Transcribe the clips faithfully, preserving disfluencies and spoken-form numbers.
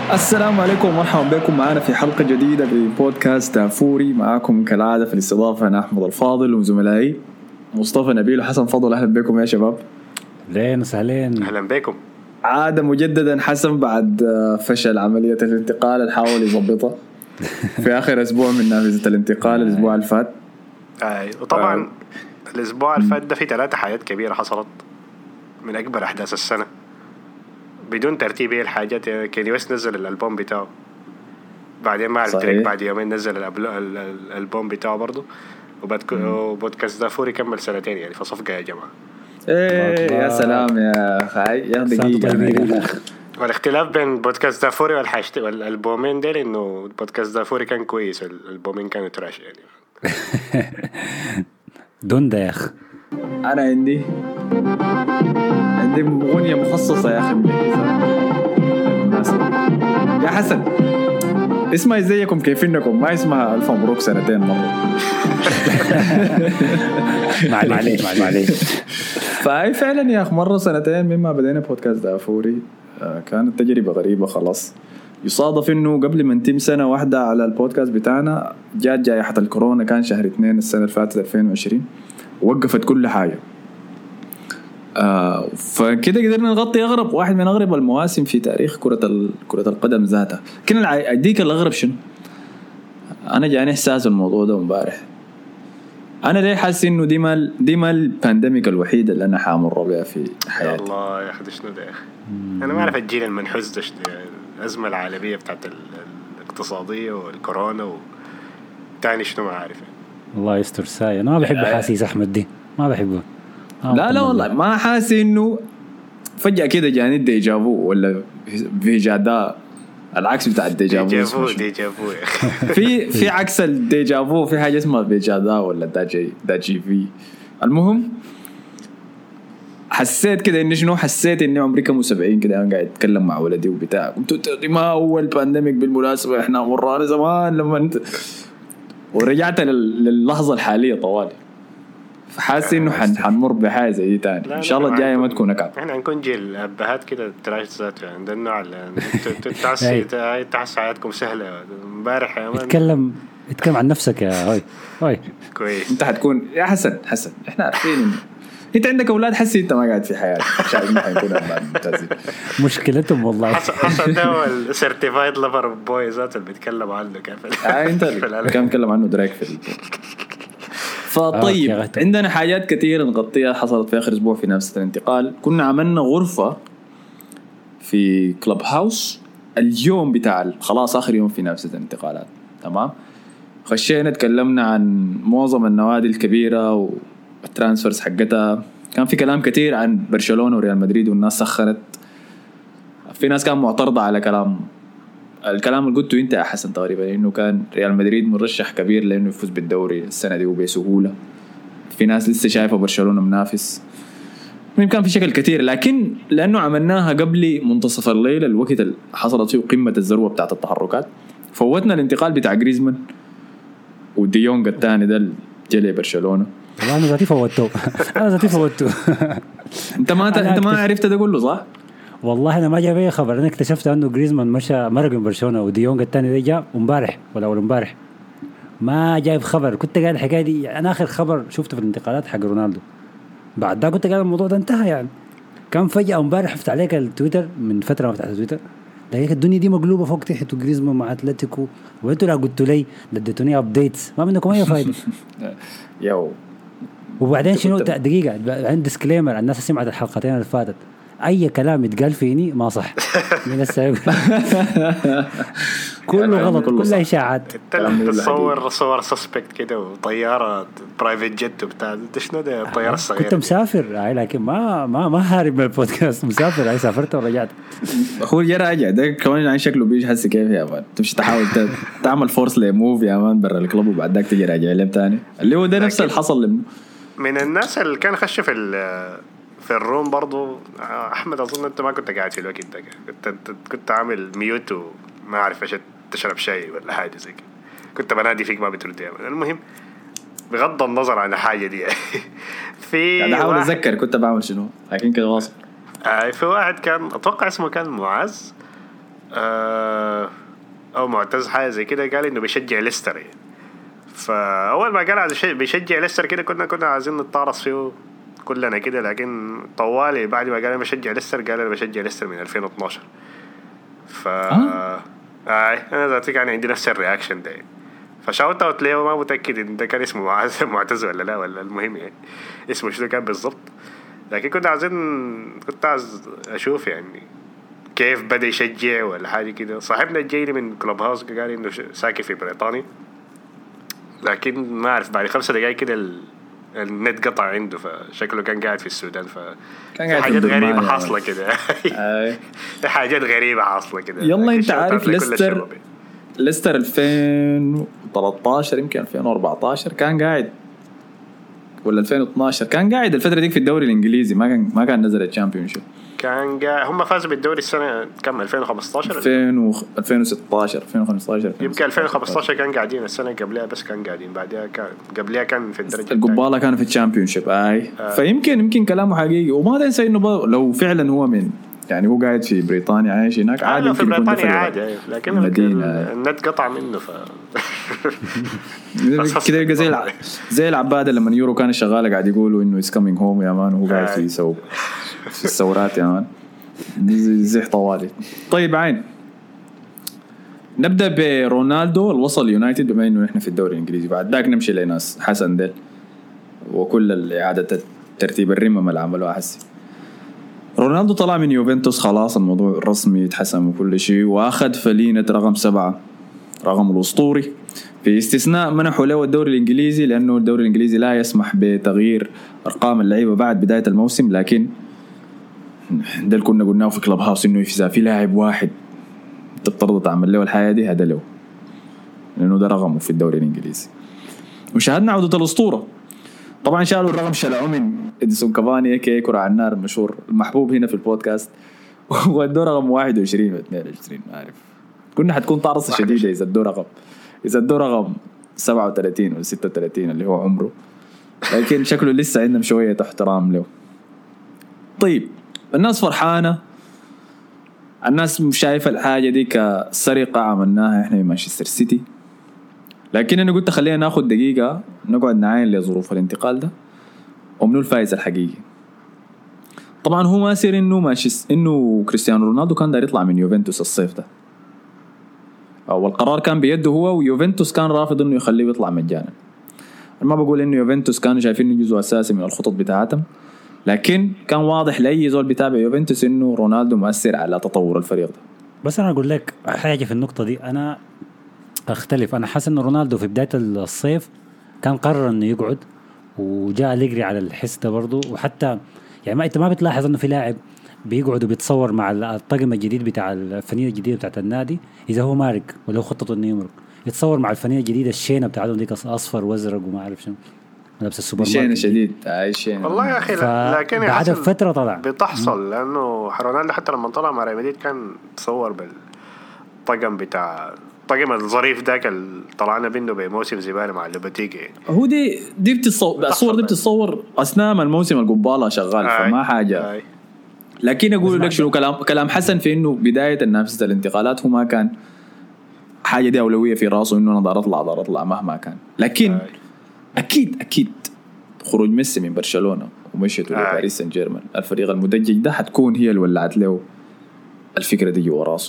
السلام عليكم ومرحبا بكم معنا في حلقة جديدة ببودكاست دافوري. معكم كالعادة في الاستضافة أنا أحمد الفاضل وزملائي مصطفى نبيل وحسن فضل. أهلا بكم يا شباب. أهلين وسهلين. أهلا بكم. عادة مجددا حسن بعد فشل عملية الانتقال الحاول يضبطها في آخر أسبوع من نافذة الانتقال الأسبوع الفات. أي وطبعا آه. الأسبوع الفات ده في ثلاثة حاجات كبيرة حصلت من أكبر أحداث السنة بدون ترتيب هي الحاجات. كيني ويست نزل الألبوم بتاعه، بعدين ما عرفت لك بعد يومين نزل الألبوم بتاعه برضو، وبودكاست دافوري كمل سنتين يعني فصفقة يا جماعة. إيه يا سلام يا خاي يا دقيقة. والاختلاف بين بودكاست دافوري والحاجتين والألبومين ده إنه بودكاست دافوري كان كويس والألبومين كانوا تراش يعني. دون ده يا أخ. أنا عندي عندي أغنية مخصصة يا أخي يا حسن، اسمها زيكم كيفينكم، ما اسمها ألف مبروك سنتين مرة. معليش معليش. فأي فعلا يا أخ مرة سنتين مما بدينا بودكاست دافوري. كانت تجربة غريبة خلاص. يصادف إنه قبل ما نتم سنة واحدة على البودكاست بتاعنا جات جائحة الكورونا، كان شهر اثنين السنة الفاتت ألفين وعشرين، وقفت كل حاجة. آه فكده قدرنا نغطي أغرب واحد من أغرب المواسم في تاريخ كرة كرة القدم ذاتها. كنا أديك الأغرب شنو؟ أنا جاني إحساس الموضوع ده مبارح. أنا ليه حاسس إنه دي ما دي ما البانديميك الوحيدة اللي أنا حامر بها في حياتي. الله يا أخي شنو ده يا أخي. أنا ما أعرف الجيل المنحوس ده الأزمة العالمية بتاعت الاقتصادية والكورونا وتاني شنو ما عارف. الله يستر ساي. أنا ما بحب حاسيس أحمد دي، ما بحبه. لا لا والله ما حاسس إنه فجأة كده جاني ديجافو ولا فيجادا، العكس بتاع الديجافو. ديجافو ديجافو في في عكس الديجافو في حاجة اسمها فيجادا ولا داجي داجي في. المهم حسيت كده إني شنو حسيت إني عمري كم وسبعين كده أنا قاعد أتكلم مع ولدي وبتاع. قلت ما أول بانديميك بالمناسبة إحنا مرّانا زمان لما أنت ورجعت لللحظة الحالية طوالي. فحاسس إنه حن حنمر بحاجة زي تاني. إن شاء الله الجاية ما تكون أكعب. إحنا نكون جيل أبهات كده تراش ذات يعني ده النوع اللي تتعسي تحس حياتكم سهلة. مبارح يا مان اتكلم اتكلم عن نفسك يا هاي هاي كويس. أنت حتكون يا حسن حسن إحنا عارفين إنه أنت عندك أولاد، حسي أنت ما قاعد في حياتك شايف ما حيكون أولاد ممتازين. مشكلتهم والله. حسن حسن ده هو السيرتيفايد لافر بوي ذات اللي بيتكلم عنه كيف. آه أنت كم كلام عنه دراك في. فطيب آه عندنا حاجات كثيرة نغطيها حصلت في آخر أسبوع في نفس الانتقال. كنا عملنا غرفة في كلوب هاوس اليوم بتاع خلاص آخر يوم في نفس الانتقالات، تمام. خشينا تكلمنا عن معظم النوادي الكبيرة والترانسفرز حقتها. كان في كلام كثير عن برشلونة وريال مدريد والناس سخنت. في ناس كان معترضة على كلام الكلام اللي قلته انت يا حسن تقريبا، انه كان ريال مدريد مرشح كبير لانه يفوز بالدوري السنه دي وبسهوله. في ناس لسه شايفه برشلونه منافس. ممكن كان في شكل كتير، لكن لانه عملناها قبل منتصف الليل الوقت اللي حصلت فيه قمه الذروه بتاعه التحركات، فوتنا الانتقال بتاع جريزمان وديونج الثاني ده جلي برشلونه. انا ذاتي فوتته انا ذاتي فوتته انت ما انت ما عرفت ده كله صح؟ والله انا ما جاب اي خبر. انا اكتشفت انه جريزمان مشى مرق من برشلونه وديونج الثاني ده جاء امبارح ولا اول امبارح، ما جايب خبر. كنت قاعد الحكايه دي انا اخر خبر شفته في الانتقالات حق رونالدو، بعد ده كنت قاعد الموضوع ده انتهى يعني. كان فجاه امبارح شفت عليك التويتر من فتره ما فتحت تويتر لقيت الدنيا دي مقلوبه فوق تحت وجريزمان مع اتلتيكو، وانتوا لا قلتوا لي اديتوني ابديتس ما منكم اي فايده. يو وبعدين شنو دقيقه عندي ديسكليمر، الناس سمعت الحلقتين اللي فاتت اي كلام يتقال فيني ما صح من السبب كله غلط كله اشاعات. تصور صور سسبكت كده وطياره برايفت جيت وبتاع انت شنو ده الطياره الصغيره. كنت مسافر هاي لكن ما ما ما هارب من البودكاست، مسافر هاي سافرت ورجعت. هو جا راجع ده كمان عن شكله بيجي حس كيف يا مان تمشي تحاول تعمل فورس لموف يا مان برا الكلوب وبعد ذاك تجي راجع لهم تاني اللي هو ده نفس اللي حصل من الناس اللي كان خش في في الروم برضو. احمد اظن انت ما كنت قاعد في الوقت ده، كنت كنت عامل ميوت وما اعرف ايش تشرب شاي ولا حاجه زي كده، كنت بنادي فيك ما بترد يا من. المهم بغض النظر عن الحاجه دي في يعني احاول اتذكر كنت بعمل شنو لكن كده واصل. آه في واحد كان اتوقع اسمه كان معاذ آه او معتز حاجه زي كده قال انه بيشجع ليستر يعني. فاول ما قال عايز بيشجع ليستر كده كنا كنا عايزين نتطارص فيه كلنا كده، لكن طوالي بعد ما قال انا بشجع ليستر قال انا بشجع ليستر من ألفين واثناشر. ف أه؟ اي انا ذاتي كان عندي نفس الرياكشن ده يعني. فشاوت اوت ليه، ما متاكد ان ده كان اسمه معتز ولا لا، ولا المهم يعني اسمه شنو كان بالضبط. لكن كنت عايزين كنت عايز اشوف يعني كيف بدا يشجع ولا حاجه كده. صاحبنا الجاي من كلوب هاوس قال انه ساكن في بريطانيا، لكن ما اعرف بعد خمسة دقائق كده ال... النت قطع عنده، فشكله كان قاعد في السودان. ف كان قاعد حاجات في غريبه الدنمارك. حاصله كده حاجات غريبه حاصله كده. يلا انت لكن عارف شوت أوت لكل ليستر الشباب. ليستر ألفين وثلاثة عشر يمكن ألفين وأربعة عشر كان قاعد، ولا ألفين واثناشر كان قاعد الفتره دي في الدوري الانجليزي، ما كان ما كان نزل الشامبيونشيب. كان قاعد هم فازوا بالدوري السنه كم ألفين وخمسطاشر ألفين و ألفين وستاشر ألفين وخمسطاشر يمكن ألفين وخمسطاشر كان قاعدين. السنه قبلها بس كان قاعدين، بعدها كان قبلها كان في الدرجه القباله كانوا في الشامبيونشيب. اي آه. فيمكن يمكن كلامه حقيقي. وما تنسى انه ب- لو فعلا هو من يعني هو قاعد في بريطانيا عايش هناك عادي، في يمكن يكون بريطانيا دفع عادي، لكن المدينة. النت قطع منه. ف كده يبقى زي الع... زي العباده لما يورو كان شغاله قاعد يقولوا انه از كامينج هوم يا مان، وهو قاعد في سو في الثورات يا مان، زي طوالي. طيب عين نبدا برونالدو الوصل يونايتد، بما انه احنا في الدوري الانجليزي. بعد ذاك نمشي لناس حسن ديل وكل اعاده ترتيب الرمم اللي عملوها. حسي رونالدو طلع من يوفنتوس خلاص، الموضوع رسمي يتحسم وكل شيء، واخذ فلينة رقم سبعة، رقم الاسطوري، في استثناء منحوا له الدوري الانجليزي لانه الدوري الانجليزي لا يسمح بتغيير ارقام اللعيبه بعد بدايه الموسم. لكن ده اللي كنا قلناه في كلوب هاوس، انه اذا في لاعب واحد تضطر تعمل له الحياه دي هذا له، لانه ده رقمه في الدوري الانجليزي. وشاهدنا عوده الاسطوره. طبعا شالوا الرقم، شلعوه من اديسون كافاني كي كرة على النار المشهور المحبوب هنا في البودكاست، وادوا رقم واحد وعشرين و اثنين وعشرين. ما اعرف كنا حتكون طارصه شديده اذا ادوا رقم اذا ادوا رقم سبعة وثلاثين ولا ستة وثلاثين اللي هو عمره، لكن شكله لسه عندهم شويه احترام له. طيب الناس فرحانه، الناس مش شايفه الحاجه دي كسرقه عملناها احنا في مانشستر سيتي. لكن انا قلت خلينا ناخد دقيقه نقعد نعاين لظروف الانتقال ده ومنو الفائز الحقيقي. طبعا هو ما يصير انه مانشستر انه كريستيانو رونالدو كان داير يطلع من يوفنتوس الصيف ده، او القرار كان بيده هو، ويوفنتوس كان رافض انه يخليه يطلع مجانا. انا ما بقول انه يوفنتوس كانوا شايفين انه جزء اساسي من الخطط بتاعتهم، لكن كان واضح لاي زول بيتابع يوفنتوس انه رونالدو مؤثر على تطور الفريق ده. بس انا اقول لك حاجه في النقطه دي، انا اختلف. انا حاسس انه رونالدو في بدايه الصيف كان قرر انه يقعد، وجاء يجري على الحس ده برضه. وحتى يعني ما انت ما بتلاحظ انه في لاعب بيقعد وبيتصور مع الطاقم الجديد بتاع الفنيه الجديده بتاعت النادي اذا هو مارق ولا هو خطته انه يمرق، يتصور مع الفنيه الجديده الشينه بتاعتهم ديك اصفر وازرق وما اعرف شنو لابس السوبر ماركت شينه شديد اي شينه والله يا اخي. ف... لكن بعد فتره طلع بتحصل، لانه رونالدو حتى لما طلع مع ريال مدريد كان تصور بالطقم بتاع الطقم الظريف ذاك اللي طلعنا منه بموسم زباله مع لوباتيجي. هو دي دي بتصور الصور دي بتتصور اثناء الموسم القباله شغال، آي. فما حاجه آي. لكن اقول لك شنو كلام كلام حسن في انه بدايه النافذه الانتقالات هو ما كان حاجه دي اولويه في راسه انه انا ضار اطلع ضار اطلع مهما كان. لكن آي. اكيد اكيد خروج ميسي من برشلونه ومشيته لباريس سان جيرمان، الفريق المدجج ده حتكون هي اللي ولعت له الفكره دي جوا راسه.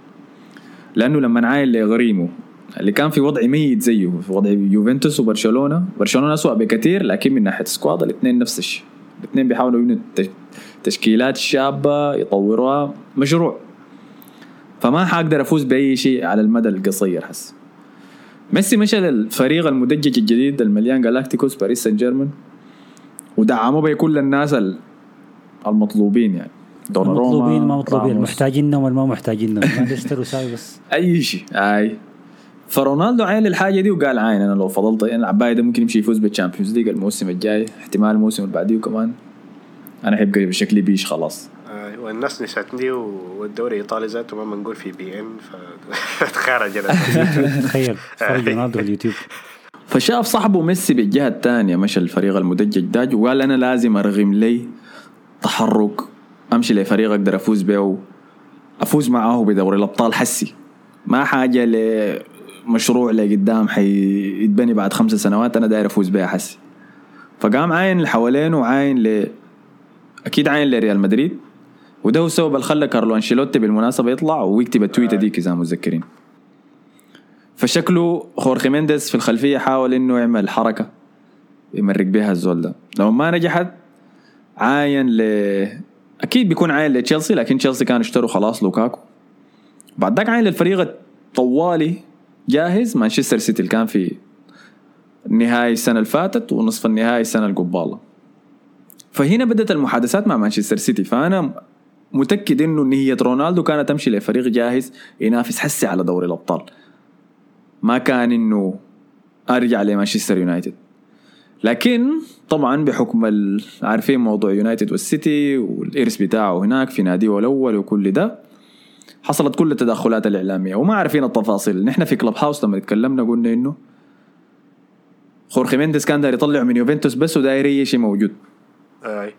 لانه لما نعاين لغريمه اللي كان في وضع ميت زيه في وضع يوفنتوس وبرشلونه، برشلونه اسوأ بكثير، لكن من ناحيه سكواد الاثنين نفس الشيء. الاثنين بيحاولوا يبنوا تشكيلات شابه يطوروها مشروع، فما حقدر افوز باي شيء على المدى القصير. حس ميسي مشى للفريق المدجج الجديد المليان جالاكتيكوس باريس سان جيرمان، ودعموا بكل الناس المطلوبين، يعني مطلوبين ما مطلوبين، محتاجينهم ولا ما محتاجينهم، ما بيشتروا ساي بس اي شيء. اي فرونالدو عين الحاجه دي وقال عين انا لو فضلت يعني العبايه ده ممكن يمشي يفوز بالتشامبيونز ليج الموسم الجاي، احتمال الموسم اللي بعديه كمان انا حيبقى بشكل بيش خلاص. آه والناس نسيتني، والدوري الايطالي ذاته ما بنقول في بي ان فتخرج تخيل فرج رونالدو في اليوتيوب. فشاف صاحبه ميسي بالجهه الثانيه مشى الفريق المدجج داج، وقال انا لازم ارغم لي تحرك امشي لفريق اقدر افوز به افوز معاه بدوري الابطال حسي، ما حاجه لمشروع لقدام حيتبني بعد خمس سنوات، انا داير افوز بها حسي. فقام عاين اللي حوالينه وعاين ل اكيد عاين لريال مدريد، وده هو السبب اللي خلى كارلو انشيلوتي بالمناسبه يطلع ويكتب التويته ديك اذا متذكرين. فشكله خورخي مينديز في الخلفيه حاول انه يعمل حركه يمرق بها الزول ده. لو ما نجحت عاين ل اكيد بيكون عاين لتشيلسي، لكن تشيلسي كانوا اشتروا خلاص لوكاكو. بعد ذاك عاين للفريق الطوالي جاهز مانشستر سيتي اللي كان في نهاية السنة اللي فاتت ونصف النهاية السنة القبالة. فهنا بدأت المحادثات مع مانشستر سيتي. فأنا متأكد إنه نية رونالدو كانت تمشي لفريق جاهز ينافس حسي على دوري الأبطال، ما كان إنه أرجع لمانشستر يونايتد. لكن طبعا بحكم عارفين موضوع يونايتد والسيتي والإرث بتاعه هناك في ناديه الأول وكل ده، حصلت كل التدخلات الإعلامية وما عارفين التفاصيل. نحن في كلوب هاوس لما نتكلمنا قلنا إنه خورخي مينديز كان داير يطلع من يوفنتوس بس وداير أي شيء موجود. أي.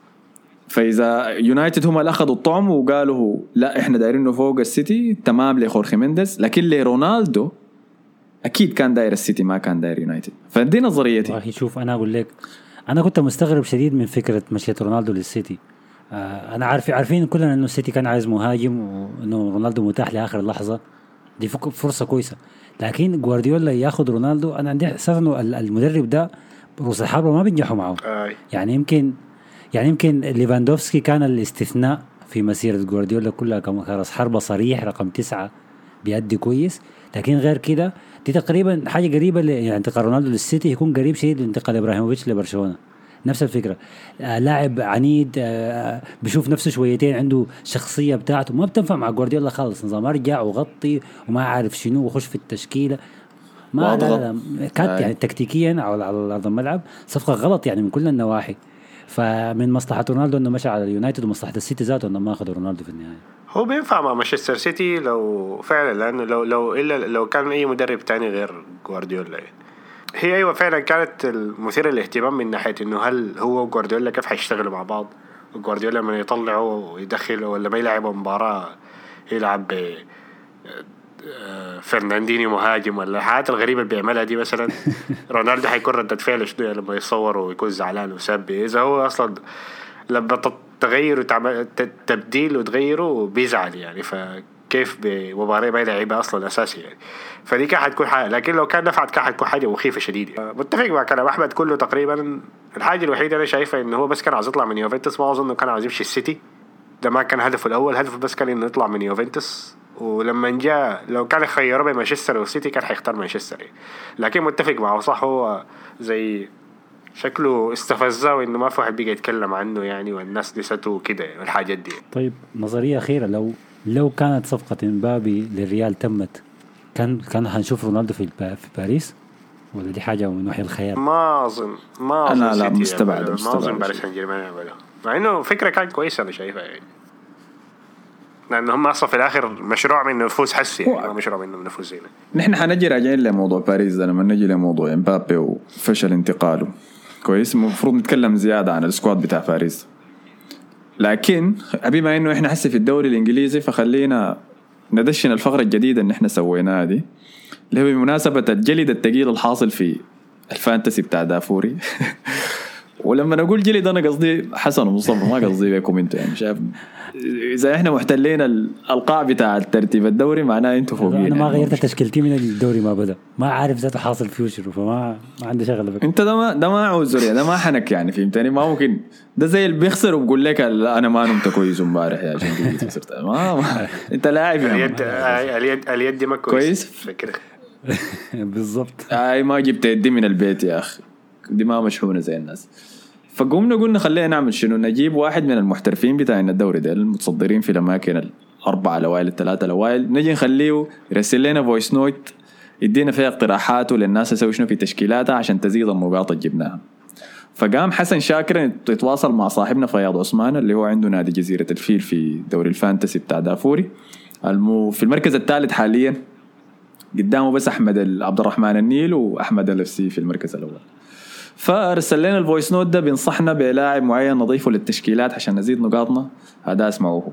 فإذا يونايتد هم اللي أخذوا الطعم وقالوا لا إحنا دايرينه فوق السيتي، تمام لخورخي مينديز. لكن لرونالدو أكيد كان داير السيتي ما كان داير يونايتد. فدي نظريتي. والله شوف أنا أقول لك، أنا كنت مستغرب شديد من فكرة مشية رونالدو للسيتي. آه أنا عارف عارفين كلنا إنه السيتي كان عايز مهاجم وإنه رونالدو متاح لآخر اللحظة، دي فرصة كويسة. لكن جوارديولا ياخد رونالدو، أنا عندي إحساس إنه المدرب ده روس الحربة ما بينجحوا معه. آه. يعني يمكن يعني يمكن ليفاندوفسكي كان الاستثناء في مسيرة جوارديولا كلها كراس حربة صريح رقم تسعة بيأدي كويس. لكن غير كده دي تقريبا حاجة قريبة يعني انتقال رونالدو للسيتي يكون قريب شيء لانتقال إبراهيموفيتش لبرشلونة، نفس الفكرة. آه لاعب عنيد، آه بيشوف نفسه شويتين، عنده شخصية بتاعته ما بتنفع مع جوارديولا خالص. نظام ارجع وغطي وما عارف شنو وخش في التشكيلة ما لا لا كانت يعني تكتيكيا على على ارض الملعب صفقة غلط يعني من كل النواحي. فمن مصلحة رونالدو انه مشى على اليونايتد ومصلحة السيتي ذاته انه ما اخذ رونالدو في النهاية. هو بينفع مع مانشستر سيتي لو فعلا، لانه لو لو الا لو كان اي مدرب تاني غير جوارديولا يعني. هي ايوه فعلا كانت المثيره للاهتمام من ناحيه انه هل هو وجوارديولا كيف حيشتغلوا مع بعض، وجوارديولا من يطلعه ويدخله ولا ما يلعب مباراه يلعب ب فرناندينيو مهاجم ولا الحاجات الغريبه اللي بيعملها دي. مثلا رونالدو حيكون ردة فعل شنو لما يصور ويكون زعلان وسب، اذا هو اصلا لما تغير وتعمل تبديل وتغيره بيزعل يعني، فكيف بمباراه ما يلعبها اصلا اساسي يعني. فدي كان حتكون حاجه، لكن لو كان نفعت كان حتكون حاجه مخيفه شديده. متفق مع كلام احمد كله تقريبا. الحاجه الوحيده انا شايفها انه هو بس كان عايز يطلع من يوفنتوس، ما اظن انه كان عايز يمشي السيتي، ده ما كان هدفه الاول. هدفه بس كان انه يطلع من يوفنتوس، ولما جاء لو كان يخيره بين مانشستر والسيتي كان حيختار مانشستر يعني. لكن متفق معه صح، هو زي شكله استفزه وانه ما في واحد بيجي يتكلم عنه يعني، والناس نسيته كده يعني الحاجات دي. طيب نظريه اخيره، لو لو كانت صفقه مبابي للريال تمت، كان كان هنشوف رونالدو في في باريس، ولا دي حاجه من وحي الخيال؟ ما اظن ما اظن انا لا مستبعد ما اظن باريس سان جيرمان يعملها، مع انه فكره كانت كويسه انا شايفها يعني، لأن هم أصلا في الآخر مشروع من نفوذ حسي يعني، ما مشروع من نفوذ زينا. نحن حنجي راجعين لموضوع باريس ده لما نجي لموضوع امبابي وفشل انتقاله. كويس، المفروض نتكلم زيادة عن السكواد بتاع باريس. لكن بما إنه إحنا حسي في الدوري الإنجليزي، فخلينا ندشن الفقرة الجديدة اللي إحنا سويناها دي، اللي هو بمناسبة الجلد الثقيل الحاصل في الفانتسي بتاع دافوري. ولما نقول جلد أنا قصدي حسن ومصطفى، ما قصدي بكم انتوا يعني. شايف إذا إحنا محتلين القاع بتاع الترتيب الدوري معناه أنتوا فوقين. أنا ما يعني غيرت تشكيلتي من الدوري ما بدأ، ما عارف ذاته حاصل فيوشر، فما ما عندي شغلة بك. أنت ده ما ده ما عذر يعني، ده ما حنك يعني، فهمتني؟ ما ممكن ده زي اللي بيخسر وبقول لك أنا ما نمت كويس امبارح يا عشان جيت خسرت. ما, ما. أنت لاعب اليد اليد اليد دي ما كويس فكرة بالضبط. أي ما جبت يدي من البيت يا أخي، دي ما مشحونة زي الناس. فقمنا قلنا خلينا نعمل شنو، نجيب واحد من المحترفين بتاعنا الدوري ده المتصدرين في الأماكن الأربعة الأوائل الثلاثة الأوائل، نجي نخليه يرسل لنا فويس نوت يدينا فيها اقتراحاته للناس يسوي شنو في تشكيلاتها عشان تزيد النقاط اللي جبناها. فقام حسن شاكر يتواصل مع صاحبنا فياض عثمان اللي هو عنده نادي جزيرة الفيل في دوري الفانتسي بتاع دافوري، المو في المركز الثالث حاليا، قدامه بس أحمد عبد الرحمن النيل وأحمد الفسي في المركز الأول. فارسل لنا الفويس نوت ده بينصحنا بلاعب معين نضيفه للتشكيلات عشان نزيد نقاطنا. هذا اسمعوه.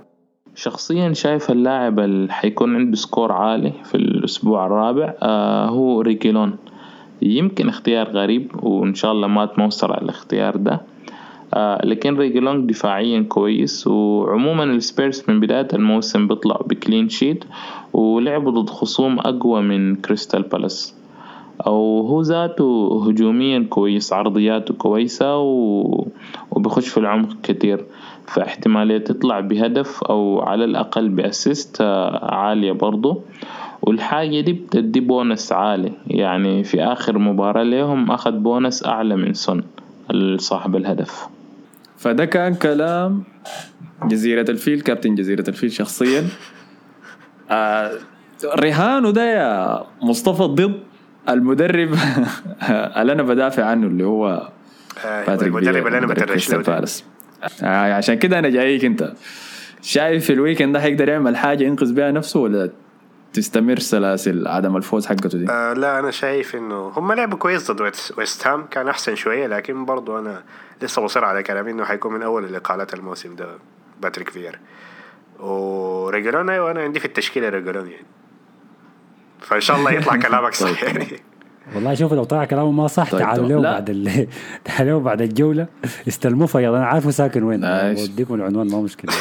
شخصيا شايف اللاعب اللي حيكون عنده سكور عالي في الأسبوع الرابع آه هو ريجيلون. يمكن اختيار غريب وإن شاء الله ما تموصل على الاختيار ده، آه لكن ريجيلون دفاعيا كويس، وعموما السبيرز من بداية الموسم بيطلع بكلين شيت ولعبوا ضد خصوم أقوى من كريستال بالاس، أو هو ذاته هجوميا كويس، عرضياته كويسة و... وبيخش في العمق كتير، فاحتمالية تطلع بهدف أو على الأقل بأسيست عالية برضو. والحاجة دي بتدي بونس عالي، يعني في آخر مباراة لهم أخذ بونس أعلى من سون صاحب الهدف. فده كان كلام جزيرة الفيل، كابتن جزيرة الفيل شخصيا. آه رهانه ده يا مصطفى ضد المدرب اللي أنا بدافع عنه اللي هو باتريك المدرب اللي أنا بترش له. آه عشان كده أنا جايك. أنت شايف في الويكند ده حيقدر يعمل حاجة ينقذ بها نفسه ولا تستمر سلاسل عدم الفوز حقته دي؟ آه لا أنا شايف إنه هم لعبوا كويس ضد ويست هام، كان أحسن شوية، لكن برضو أنا لسه مصر على كلامي إنه حيكون من أول الإقالات الموسم ده باتريك فييرا. وريجلون أيوة أنا عندي في التشكيلة ريجلون يعني، فإن شاء الله يطلع كلامك صح يعني. والله شوف لو طلع كلامه ما صح تعالوا له بعد ال... تعالوا بعد الجولة استلموا فيض، أنا عارفه ساكن وين، أوديكم العنوان ما مشكلة.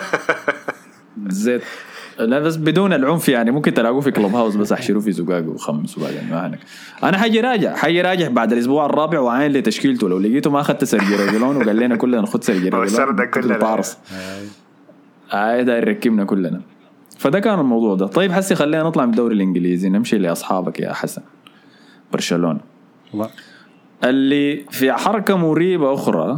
زيت لا بس بدون العنف يعني، ممكن تلاقوه في كلوب هاوس بس احشروه في زقاق وخمس وبعدين ما عنك. انا حاجي راجع حاجي راجع بعد الاسبوع الرابع وعاين لتشكيلته، لو لقيته ما اخذت سيرجي ريجلون وقال لنا كلنا ناخذ سيرجي ريجلون كلنا هاي ده يركبنا كلنا. فده كان الموضوع ده. طيب حسي خلينا نطلع من الدوري الانجليزي نمشي لاصحابك يا حسن. برشلونة اللي في حركة مريبة اخرى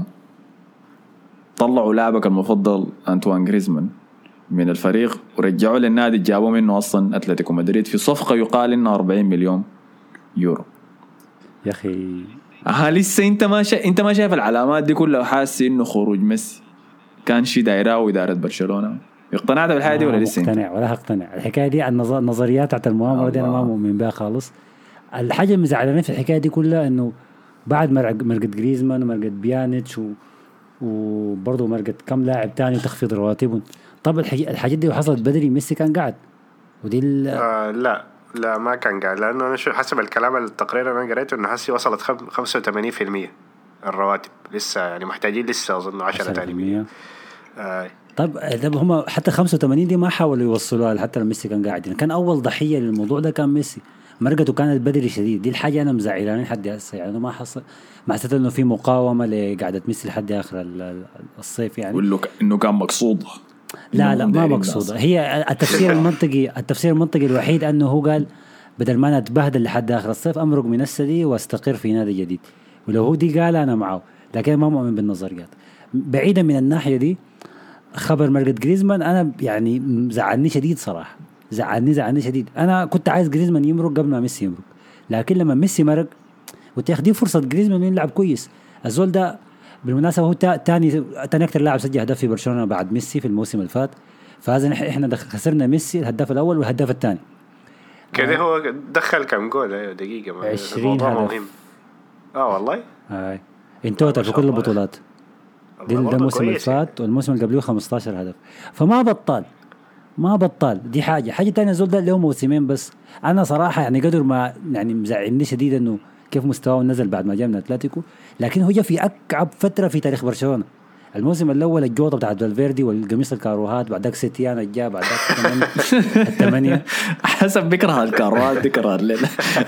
طلعوا لاعبك المفضل أنطوان غريزمان من الفريق ورجعوا للنادي، جابوا منه أصلا أتلتيكو مدريد في صفقة يقال إنها أربعين مليون يورو. يا أخي ها لسه أنت ما شا... أنت ما شايف العلامات دي كلها وحاسس إنه خروج ميسي كان شيء دايرة وإدارة برشلونة؟ اقتنعت بالحاجة دي ولا لسه؟ مقتنع ولا اقتنع الحكاية دي. النظريات بتاعت المؤامرة دي أنا ما مؤمن بها خالص. الحاجة المزعلانة في الحكاية دي كلها إنه بعد مرقة غريزمان ومرقة بيانيتش و... وبرضه مرقة كم لاعب تاني وتخفيض رواتبهم. طب الحاجات دي حصلت بدري ميسي كان قاعد ودي آه لا لا ما كان قاعد، لأنه أنا شو حسب الكلام التقرير أنا قريته إنه هسي وصلت خمسة وثمانين بالمية الرواتب لسه، يعني محتاجين لسه أظن عشرة تاني. آه. طب طب هم حتى خمسة وثمانين دي ما حاولوا يوصلوها حتى لما ميسي كان قاعد، يعني كان أول ضحية للموضوع ده كان ميسي. مرقته كانت بدري شديد، دي الحاجة أنا مزعلاني لحد هسه يعني. ما حصل ما حسيت إنه في مقاومة لقعدة ميسي لحد آخر الصيف يعني، ولا إنه كان مقصود. لا لا ما مقصودة. هي التفسير المنطقي التفسير المنطقي الوحيد أنه هو قال بدل ما نتبهدل لحد آخر الصيف أمرق من السدي واستقر في نادي جديد، ولو هو دي قال أنا معه، لكن ما مؤمن بالنظريات. بعيدا من الناحية دي خبر مرقة غريزمان أنا يعني زعلني شديد صراحة، زعلني زعلني شديد. أنا كنت عايز غريزمان يمرق قبل ما ميسي يمرق، لكن لما ميسي مرق وتاخديه فرصة غريزمان إنه يلعب كويس. الزول ده بالمناسبة هو تاني تاني أكتر لاعب سجل هدف في برشلونة بعد ميسي في الموسم اللي فات، فهذا إحنا خسرنا ميسي الهداف الأول والهداف الثاني كده. هو دخل كم جول دقيقة عشرين هدف مهم. آه والله هاي إن توتال في كل البطولات دي ده الموسم اللي فات والموسم اللي قبله خمسة عشر هدف، فما بطل ما بطل. دي حاجة حاجة تانية زول ده له موسمين بس. أنا صراحة يعني قدر ما يعني مزعلني شديد إنه كيف مستواه نزل بعد ما جاء من أتلتيكو، لكن هو جاء في أكعب فترة في تاريخ برشلونة. الموسم الأول الجوطة بتاعت فالفيردي والقميص الكاروهات، بعدك سيتيان الجا بعدك الثمانية حسب بكره الكاروهات بكره الليلة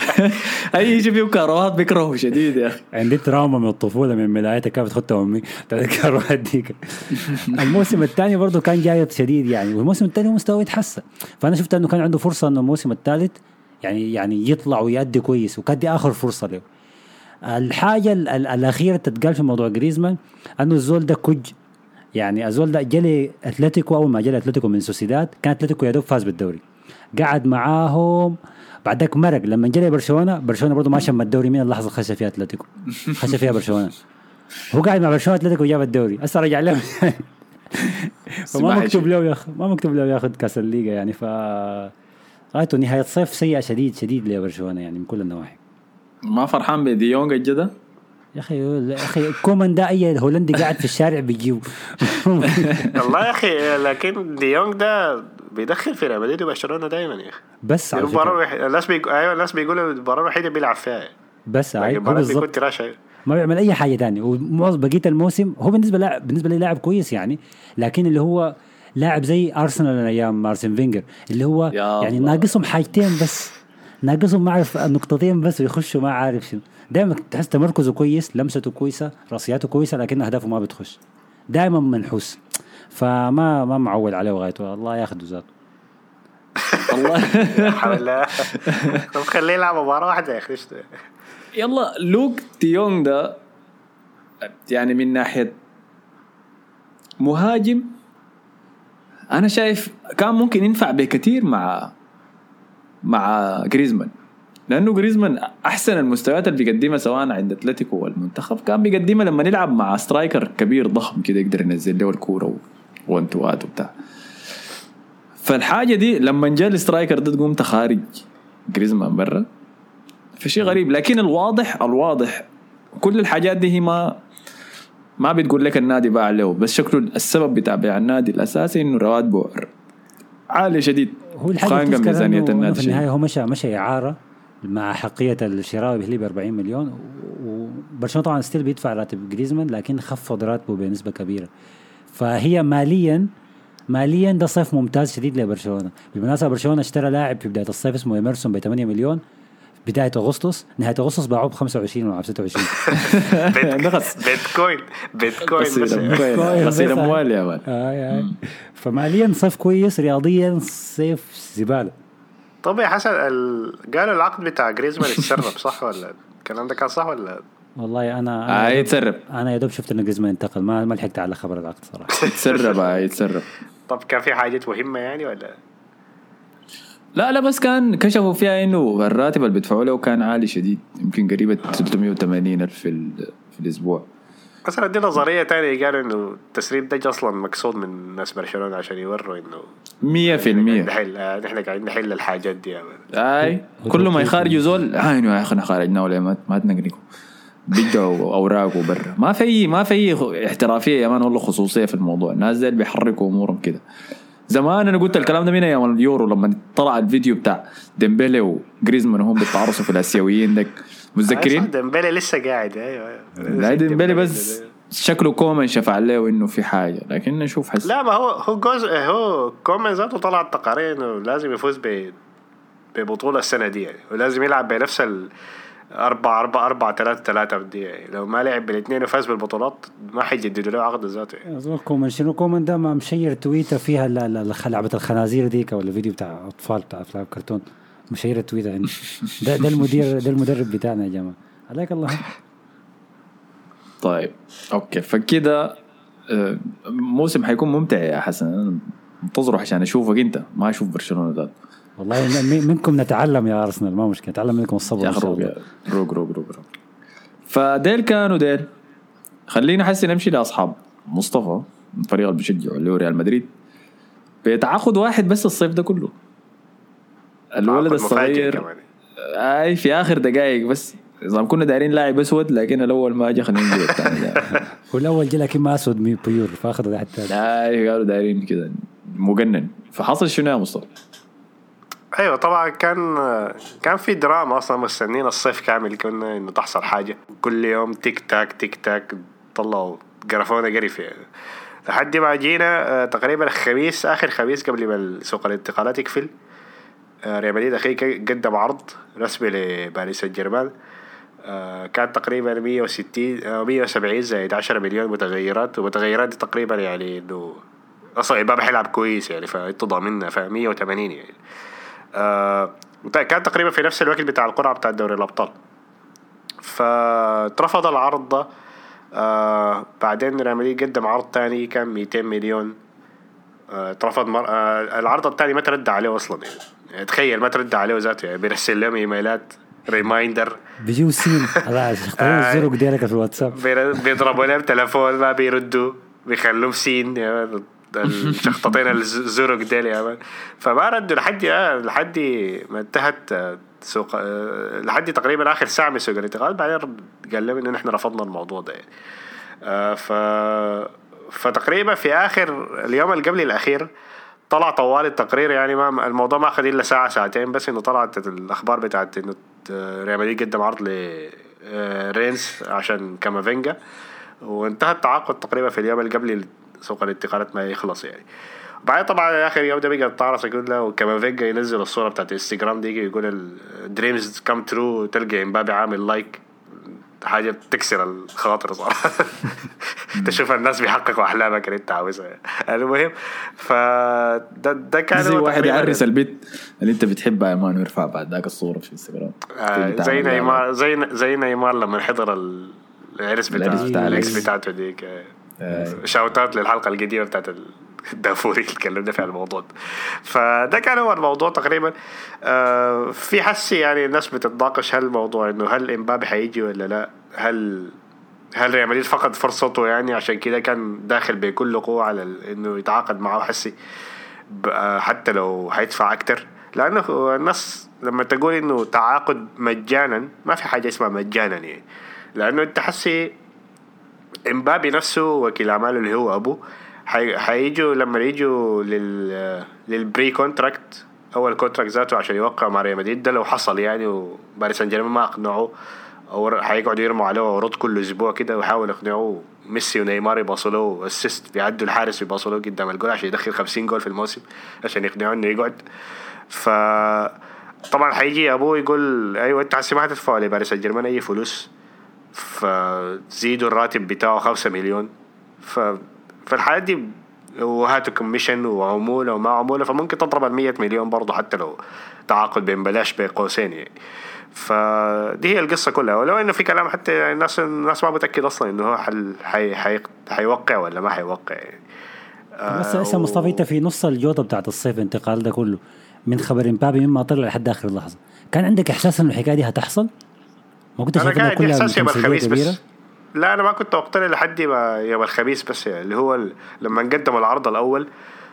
أي يجي فيه كاروهات بكرهه شديد يا أخي. عندي تراوما من الطفولة من ملايتها كيف تخدها أمي بتاعت الكاروهات ديك. الموسم الثاني برضو كان جاي شديد يعني، والموسم الثاني مستواه يتحسن. فأنا شفت إنه كان عنده فرصة إنه الموسم الثالث يعني يعني يطلع ويأدي كويس، وكدي آخر فرصة له. الحاجة الأخيرة تتقال في موضوع غريزمان أنه الزول ده كج يعني. الزول ده جلي أتلتيكو أول ما جلي أتلتيكو من سوسيداد كان أتلتيكو يدوب فاز بالدوري، قعد معاهم بعدك مرق. لما جلي برشلونة برشلونة برضو ما شم الدوري من اللحظة خش فيها أتلتيكو خش فيها برشلونة، هو قاعد مع برشلونة أتلتيكو جاب الدوري أسا رجع له فما مكتوب له ياخد ما مكتوب له ياخد كأس الليغا يعني. ف رأيته نهاية صيف سيئة شديد شديد لبرشلونة يعني من كل النواحي. ما فرحان بديونج الجدة يا اخي يا اخي كومان ده اي هولندي قاعد في الشارع بيجيب. والله يا اخي لكن ديونج ده بيدخل في ريال مدريد وبرشلونه دائما يا اخي. بس على المباراه فكرة الوحيدة- الناس بيقول ايوه الناس بيقولوا المباراه الوحيده بيلعب فيها، بس عاي- هو المباراه بيكون بالضبط تراشة. ما بيعمل اي حاجه تاني. ومعظم بقيه الموسم هو بالنسبه لاعب بالنسبه لي لاعب كويس يعني، لكن اللي هو لاعب زي ارسنال ايام مارسن فينجر اللي هو يا يعني الله. ناقصهم حاجتين بس، ناقصهم ما اعرف نقطتين بس ويخشوا ما عارف شنو. دائما تحس تمركزه كويس، لمسته كويسه، راسياته كويسه، لكن اهدافه ما بتخش، دائما منحوس. فما ما معول عليه وغايته الله ياخذه ذاته. والله. حول طب خليه يلعب مباراه واحده يا اخي. إيش ده؟ يلا لوك ديونج ده يعني من ناحية مهاجم أنا شايف كان ممكن ينفع بكثير مع مع جريزمان، لأنه جريزمان أحسن المستويات اللي بيقدمها سواء عند أتلتيكو والمنتخب كان بيقدمها لما نلعب مع سترايكر كبير ضخم كده يقدر ينزل له الكورة وانتوات وبتاع. فالحاجة دي لما جاء السترايكر ده تقوم تخارج جريزمان برا في شيء غريب. لكن الواضح الواضح كل الحاجات دي هي ما ما بتقول لك النادي باع له، بس شكله السبب بتاع بيع النادي الأساسي إنه رواتبه عالي شديد. هو الحاجه خانقة تذكر ميزانية إنه النادي في شديد. النهايه هو مشى مشى اعاره مع حقيه الشراء اللي ب أربعين مليون، وبرشلونه طبعا ستيل بيدفع راتب جريزمان لكن خفض راتبه بنسبه كبيره. فهي ماليا ماليا ده صيف ممتاز شديد لبرشلونه. بالمناسبه برشلونه اشترى لاعب في بدايه الصيف اسمه إيمرسون ب ثمانية مليون، بدايه اغسطس نهايه اغسطس باعوه ب خمسة وعشرين ولا ستة وعشرين. بيتكوين بيتكوين بس غسيل أموال يا مان. آه آه. فماليا صيف كويس، رياضيا صيف زباله. طب يا حسن ال... قالوا العقد بتاع جريزمان اتسرب صح ولا الكلام ده كان صح ولا؟ والله انا آه انا, يتسرب أنا يا دوب شفت ان جريزمان انتقل، ما ما لحقت على خبر العقد صراحه. يتسرب آه يتسرب. طب كان في حاجات مهمة يعني ولا؟ لا لا بس كان كشفوا فيها إنه الراتب اللي بيدفعوا له كان عالي شديد، يمكن قريبة ثلاثمية وثمانين ألف في في الأسبوع. مثلا دي نظرية تانية قالوا إنه التسريب ده أصلا مقصود من ناس برشلونة عشان يوروا إنه مية في المية نحل نحن قاعدين نحل الحاجات دي. أي كل ما يخارجوا زول عينه يا أخي خارجنا ولا ما ما تنقنقوا بيجوا أوراق وبرا. ما في ما في احترافية يا مان والله خصوصية في الموضوع. الناس زي بيحركوا أمورهم كده. زمان أنا قلت الكلام ده من أيام اليورو لما طلع الفيديو بتاع ديمبلي وغريزمان وهم بيتعرصوا في الآسيويين دك متذكرين؟ ديمبلي لسه قاعد. أيوة لا ديمبلي بس شكله كومان شفع له إنه في حاجة، لكن نشوف حس. لا ما هو هو جوز هو كومان ذاته طلع التقارير إنه لازم يفوز ب ببطولة السنة دي يعني، ولازم يلعب بنفس ال أربعة أربعة أربعة ثلاثة ثلاثة بدي يعني. لو ما لعب بالاثنين وفاز بالبطولات ما حيجددوا له عقد ذاته يعني. كومان شنو كومان ده ما مشير تويتر فيها لعبة الخنازير ديك ولا فيديو بتاع أطفال بتاع أفلام كرتون مشير تويتر يعني. ده ده المدير ده المدرب بتاعنا يا جماعة عليك الله. طيب أوكي فكده موسم حيكون ممتع يا حسن. أنا منتظره عشان أشوفك أنت ما أشوف برشلونة ذات. والله منكم نتعلم يا أرسنال ما مشكلة نتعلم منكم الصبر إن شاء الله. روق روق روق روق. فديل كانوا ديل. خلينا حسي نمشي لأصحاب مصطفى الفريق اللي بيشجعوا اللي هو ريال مدريد. بيتعاقد واحد بس الصيف ده كله. الولد الصغير اي في اخر دقائق بس اذا كنا دايرين لاعب اسود لكن الاول ما جاء خلينا نجيب الثاني. هو الاول جاء لكن ما اسود مي بيور فاخذ واحد ثاني. اي قالوا دايرين كده مجنن. فحصل شنو يا مصطفى؟ ايوه طبعا كان كان في دراما اصلا مستنين الصيف كامل كنا انه تحصل حاجه كل يوم تيك تاك تيك تاك طلعوا قرفونا قرف يعني. لحد ما جينا تقريبا الخميس اخر خميس قبل ما سوق الانتقالات يقفل ريال مدريد اخيرا قدم عرض رسمي لباريس سان جيرمان. كان تقريبا مية وستين أو مية وسبعين زائد عشرة مليون متغيرات ومتغيرات دي تقريبا يعني انه اصلا امبابي حيلعب كويس يعني فانتوا ضامننا ف مية وثمانين يعني. آه كان تقريبا في نفس الوقت بتاع القرعة بتاع دوري الأبطال. فترفض العرض ده. آه بعدين ريال مدريد قدم عرض تاني كان مئتين مليون. آه ترفض مر... آه العرض التاني ما ترد عليه أصلا يعني. تخيل ما ترد عليه ذاته يعني بيرسل لهم إيميلات ريمايندر بيجيو سين خلاص الزرق ديالك في الواتساب بيضربوا لهم تلفون ما بيردوا بيخلوهم سين يعني الشخطتين الزرق ديل يا مان. فما ردوا لحد آه لحد ما انتهت آه سوق آه لحد تقريبا آخر ساعة من سوق الانتقال. بعدين قال لهم إنه نحن رفضنا الموضوع ده يعني. آه ف فتقريبا في آخر اليوم اللي قبل الأخير طلع طوال التقرير يعني ما الموضوع ما أخذ إلا ساعة ساعتين بس إنه طلعت الأخبار بتاعت إنه ريال مدريد قدم عرض لرينز عشان كامافينجا وانتهى التعاقد تقريبا في اليوم اللي قبل سوق الانتقالات ما يخلص يعني. بعد طبعا آخر يوم ده بقى الطارس يقول له وكامافينجا ينزل الصورة بتاعت الانستغرام دي يقول الدريمز كم ترو تلقى امبابي عامل لايك حاجة تكسر الخاطر صراحة. تشوف الناس بيحققوا أحلامك اللي أنت عاوزها. المهم فده ده كان زي واحد يعرس البيت اللي أنت بتحبها يا مان ويرفع بعد ذاك الصورة في انستغرام. آه زي نيمار زي زي نيمار لما حضر العرس بتاع الإكس بتاعته ديك. آه. شاوتات للحلقة القديمة بتاعت الدافوري اللي تكلمنا في الموضوع ده. فده كان هو الموضوع تقريبا. آه في حسي يعني الناس بتتناقش هل الموضوع انه هل امبابي حيجي ولا لا. هل هل ريال مدريد فقد فرصته يعني عشان كده كان داخل بكل قوة على انه يتعاقد معه حسي حتى لو هيدفع اكتر. لانه الناس لما تقول انه تعاقد مجانا ما في حاجة اسمها مجانا يعني. لانه انت حسي امبابي نفسه وكيل اعماله اللي هو ابوه حييجوا لما يجوا لل للبري كونتراكت اول كونتراكت ذاته عشان يوقع مع ريال مدريد. ده لو حصل يعني وباريس سان جيرمان ما اقنعوه او حيقعدوا يرموا عليه عروض كل اسبوع كده ويحاولوا يقنعوه ميسي ونيمار يباصلوه اسيست بيعدوا الحارس ويباصلوه قدام الجول عشان يدخل خمسين جول في الموسم عشان يقنعوه انه يقعد. ف طبعا حيجي ابوه يقول ايوه انت حسي ما هتدفع لباريس سان جيرمان اي فلوس فزيدوا الراتب بتاعه خمسة مليون. ف فالحالات دي وهاتوا كوميشن وعمولة وما عمولة فممكن تضرب المية مليون برضو حتى لو تعاقد بين بلاش بقوسين يعني. فدي هي القصة كلها. ولو انه في كلام حتى الناس الناس ما متأكد اصلا انه هو حل حي حي حيوقع ولا ما حيوقع يعني. بس هسه مصطفى انت في نص الجوطة بتاعت الصيف انتقال ده كله من خبر امبابي مما طلع لحد اخر لحظة كان عندك احساس انه الحكاية دي هتحصل؟ ما كنت شايف انها كلها الخميس بس. لا أنا ما كنت أقتنع لحد ما يوم الخميس بس يعني اللي هو لما نقدم العرض الأول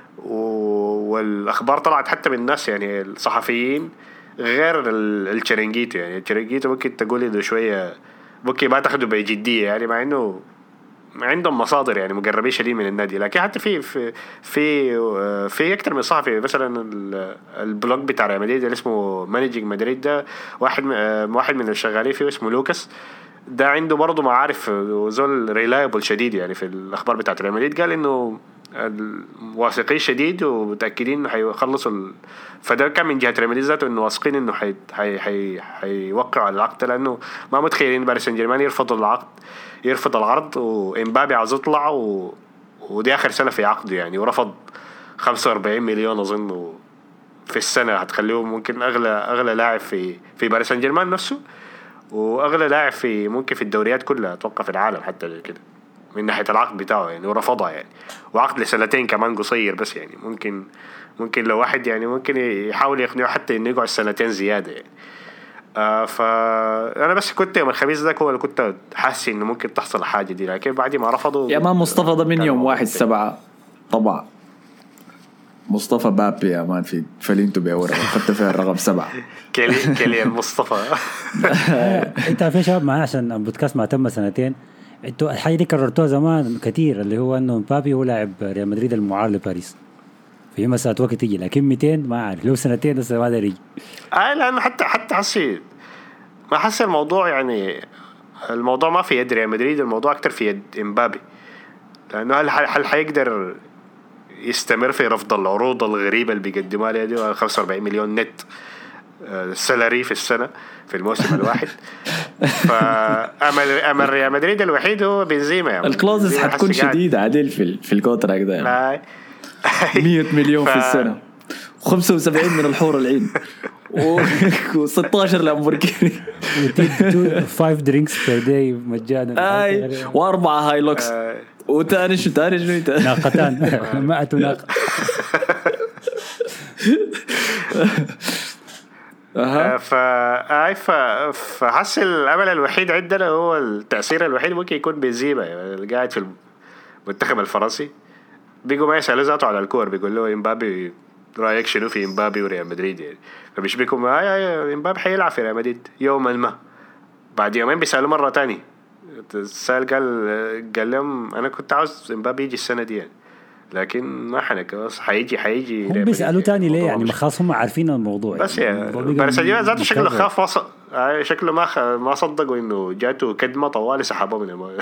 والأخبار طلعت حتى من الناس يعني الصحفيين غير الشرنجيتو يعني. الشرنجيتو ممكن تقول إنه شوية ممكن ما تاخده بجدية يعني مع إنه عندهم مصادر يعني مقربين شديد من النادي. لكن حتى في في في في أكتر من صحفي مثلا البلوج بتاع ريال مدريد اللي اسمه مانجينج مدريد ده واحد واحد من الشغالين فيه اسمه لوكاس ده عنده برضه معارف وزول ريلايبل شديد يعني في الأخبار بتاعت ريال مدريد. قال إنه واثقين شديد ومتأكدين إنه حيخلصوا ال... فده كان من جهة ريال مدريد ذاته إنه واثقين إنه حي حي حي حيوقعوا على العقد لأنه ما متخيلين باريس سان جيرمان يرفضوا العقد يرفض العرض وإمبابي عاوز يطلع و... ودي آخر سنة في عقده يعني ورفض خمسة وأربعين مليون أظن في السنة هتخليه ممكن أغلى أغلى لاعب في في باريس سان جيرمان نفسه واغلى لاعب في ممكن في الدوريات كلها اتوقع في العالم حتى كده من ناحيه العقد بتاعه يعني ورفضها يعني. وعقد لسنتين كمان قصير بس يعني ممكن ممكن لو واحد يعني ممكن يحاول يقنعه حتى انه يقعد سنتين زياده يعني. آه فانا بس كنت يوم الخميس ذاك هو اللي كنت حاسس انه ممكن تحصل الحاجه دي لكن بعد ما رفضوا يا مان مصطفى ده من يوم واحد سبعة طبعا مصطفى بابي يا مان في فلينتو بيورا خدت فيها الرقم سبعة كلي كلي المصطفى. انت في شباب معنا عشان البودكاست ما تم سنتين انتوا الحاجه دي كررتوها زمان كتير اللي هو انه مبابي هو لاعب ريال مدريد المعار لباريس في مسألة وقت تيجي لكن مئتين ما عارف لو سنتين بس ما داري. آه لأنه حتى حتى حسي ما حسي الموضوع يعني الموضوع ما في يد ريال مدريد الموضوع أكتر في يد إمبابي لأنه هل هل حيقدر يستمر في رفض العروض الغريبة اللي بيقدمها له دي خمسة وأربعين مليون نت سالري في السنة في الموسم الواحد. فأمل أمل ريال مدريد الوحيد هو بنزيما يعني. الكلوزز حتكون شديدة عادل في في الكونتراكت ده يعني. مية مليون ف... في السنة وخمسة وسبعين من الحور العين وستاشر لامبورجيني five drinks per day مجانا اي واربعة هايلوكس وتاني شو تاني شنو ناقتان مائة ناقة. أه فاي فحس الامل الوحيد عندنا هو التأثير الوحيد ممكن يكون بنزيما يعني قاعد في المنتخب الفرنسي بيقوا ما يسألوا ذاته على الكور، بيقول له امبابي رايك شنو في امبابي وريال مدريد يعني. فمش بيكون ما امبابي حيلعب في ريال مدريد يوما ما. بعد يومين بيسألوا مرة تاني، السائل قال قال لهم انا كنت عاوز امبابي يجي السنة دي يعني، لكن ما حنك بس حيجي حيجي هم بيسألوا تاني ليه يعني؟ ما خلاص هم عارفين الموضوع بس يعني باريس سان جيرمان ذاته شكله خاف وص... شكله ما خ... ما صدقوا انه جاته كدمه طوالي سحبوه من الموضوع.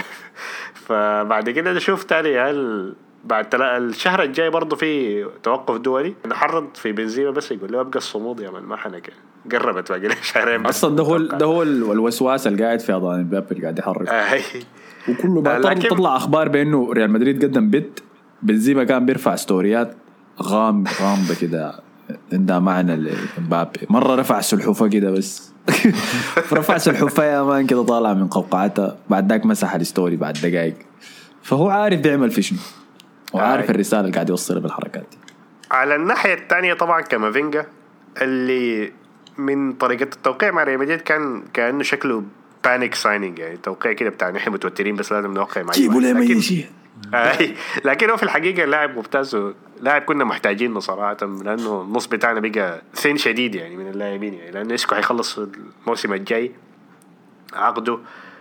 فبعد كده نشوف تاني هل بعد تلا... الشهر الجاي برضه في توقف دولي نحرض في بنزيما، بس يقول له ابقى الصمود يا من ما حنك قربت باقي له شهرين اصلا ده هو ده هو الوسواس اللي قاعد في اضان امبابي اللي قاعد يحرك آه وكله بعد لكن... تطلع اخبار بانه ريال مدريد قدم بيت بنزيما كان بيرفع ستوريات غام غامضه كده عندها معنى لمبابي. مره رفع السلحفاه كده بس رفع السلحفاه يا مان كده طالع من قوقعتها، بعد ذاك مسح الستوري بعد دقائق. فهو عارف بيعمل في شنو وعارف آه. الرساله اللي قاعد يوصلها بالحركات دي. على الناحيه الثانيه طبعا كامافينجا اللي من طريقه التوقيع مع ريال مدريد كان كانه شكله بانيك سايننج يعني، توقيع كده بتاع نحن متوترين بس لازم نوقع معاه جيبوا لي ما يجي. اي لكن هو في الحقيقه لاعب ممتاز، لاعب كنا محتاجينه صراحه، لانه النص بتاعنا بقى ثين شديد يعني من اللاعبين يعني، لانه اسكو هيخلص الموسم الجاي عقده.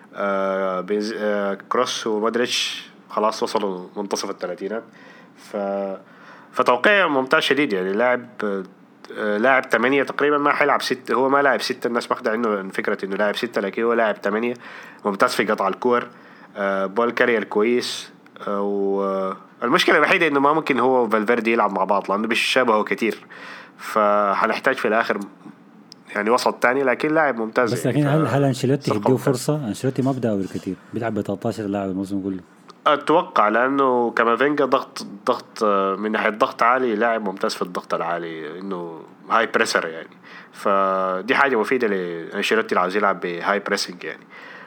آه بيز... آه كروس ومودريتش خلاص وصلوا منتصف الثلاثينات. ف فتوقيع ممتاز شديد يعني. لاعب آه لاعب ثمانية تقريبا، ما حيلعب ستة، هو ما لاعب ستة، الناس ماخذة عنه فكرة انه لاعب ستة لكن هو لاعب ثمانية، ممتاز في قطع الكور، آه بول كارير كويس. آه والمشكلة الوحيدة انه ما ممكن هو وفالفيردي يلعب مع بعض لانه بيشابهوا كتير، فحنحتاج في الاخر يعني وسط تاني، لكن لاعب ممتاز بس لكن هل هل انشيلوتي يديه فرصة؟ انشيلوتي ما بدأ كتير، بيلعب ب ثلاثة عشر لاعب الموسم كله اتوقع، لانه كامافينجا ضغط ضغط من ناحيه ضغط عالي، لاعب ممتاز في الضغط العالي، انه هاي بريسر يعني. فدي حاجه مفيده لانشيلوتي اللي عاوز يلعب بهاي بريسنج يعني.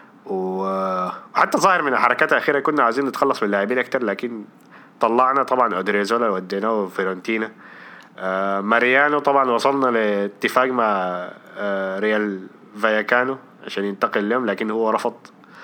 وحتى ظاهر من الحركات الاخيره كنا عايزين نتخلص من اللاعبين اكتر، لكن طلعنا طبعا اودريزولا وديناه فيرونتينا. آه ماريانو طبعا وصلنا لاتفاق مع آه ريال فاياكانو عشان ينتقل لهم، لكن هو رفض.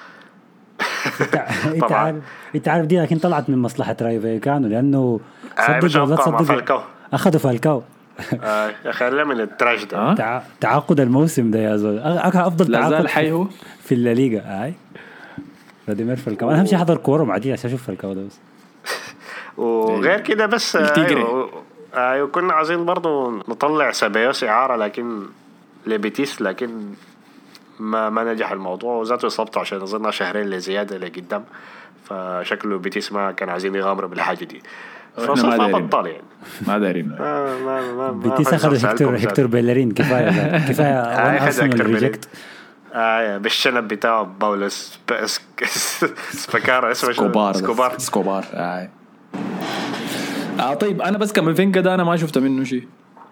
انت عارف انت عارف دي لكن طلعت من مصلحه راي فايكانو، لانه صدق ولا تصدق اخذوا فالكاو. اه يا اخي من التراش ده تع... تعاقد الموسم ده يا زول افضل تعاقد حي هو في الليغا. اي فلاديمير فالكاو، انا اهم شيء احضر كوره مع دي عشان اشوف فالكاو ده بس. وغير كده بس ايوه ايوه كنا عايزين برضو نطلع سابيوس اعاره لكن لبيتيس، لكن ما ما نجح الموضوع، وذاته إصابته عشان أظن شهرين لزيادة لقدام، فشكله بيتيس ما كان عايزين يغامروا بالحاجة دي، فصفى بطل يعني ما دارين. ما ما ما بيتيس أخذ هكتور هكتور بيلرين كفاية كفاية أرسنال ريجكت. آه بالشنب بتاعه باولوس سباكارا اسمه سكوبار سكوبار سكوبار آه. آه طيب أنا بس كامافينجا ده أنا ما شفت منه شيء،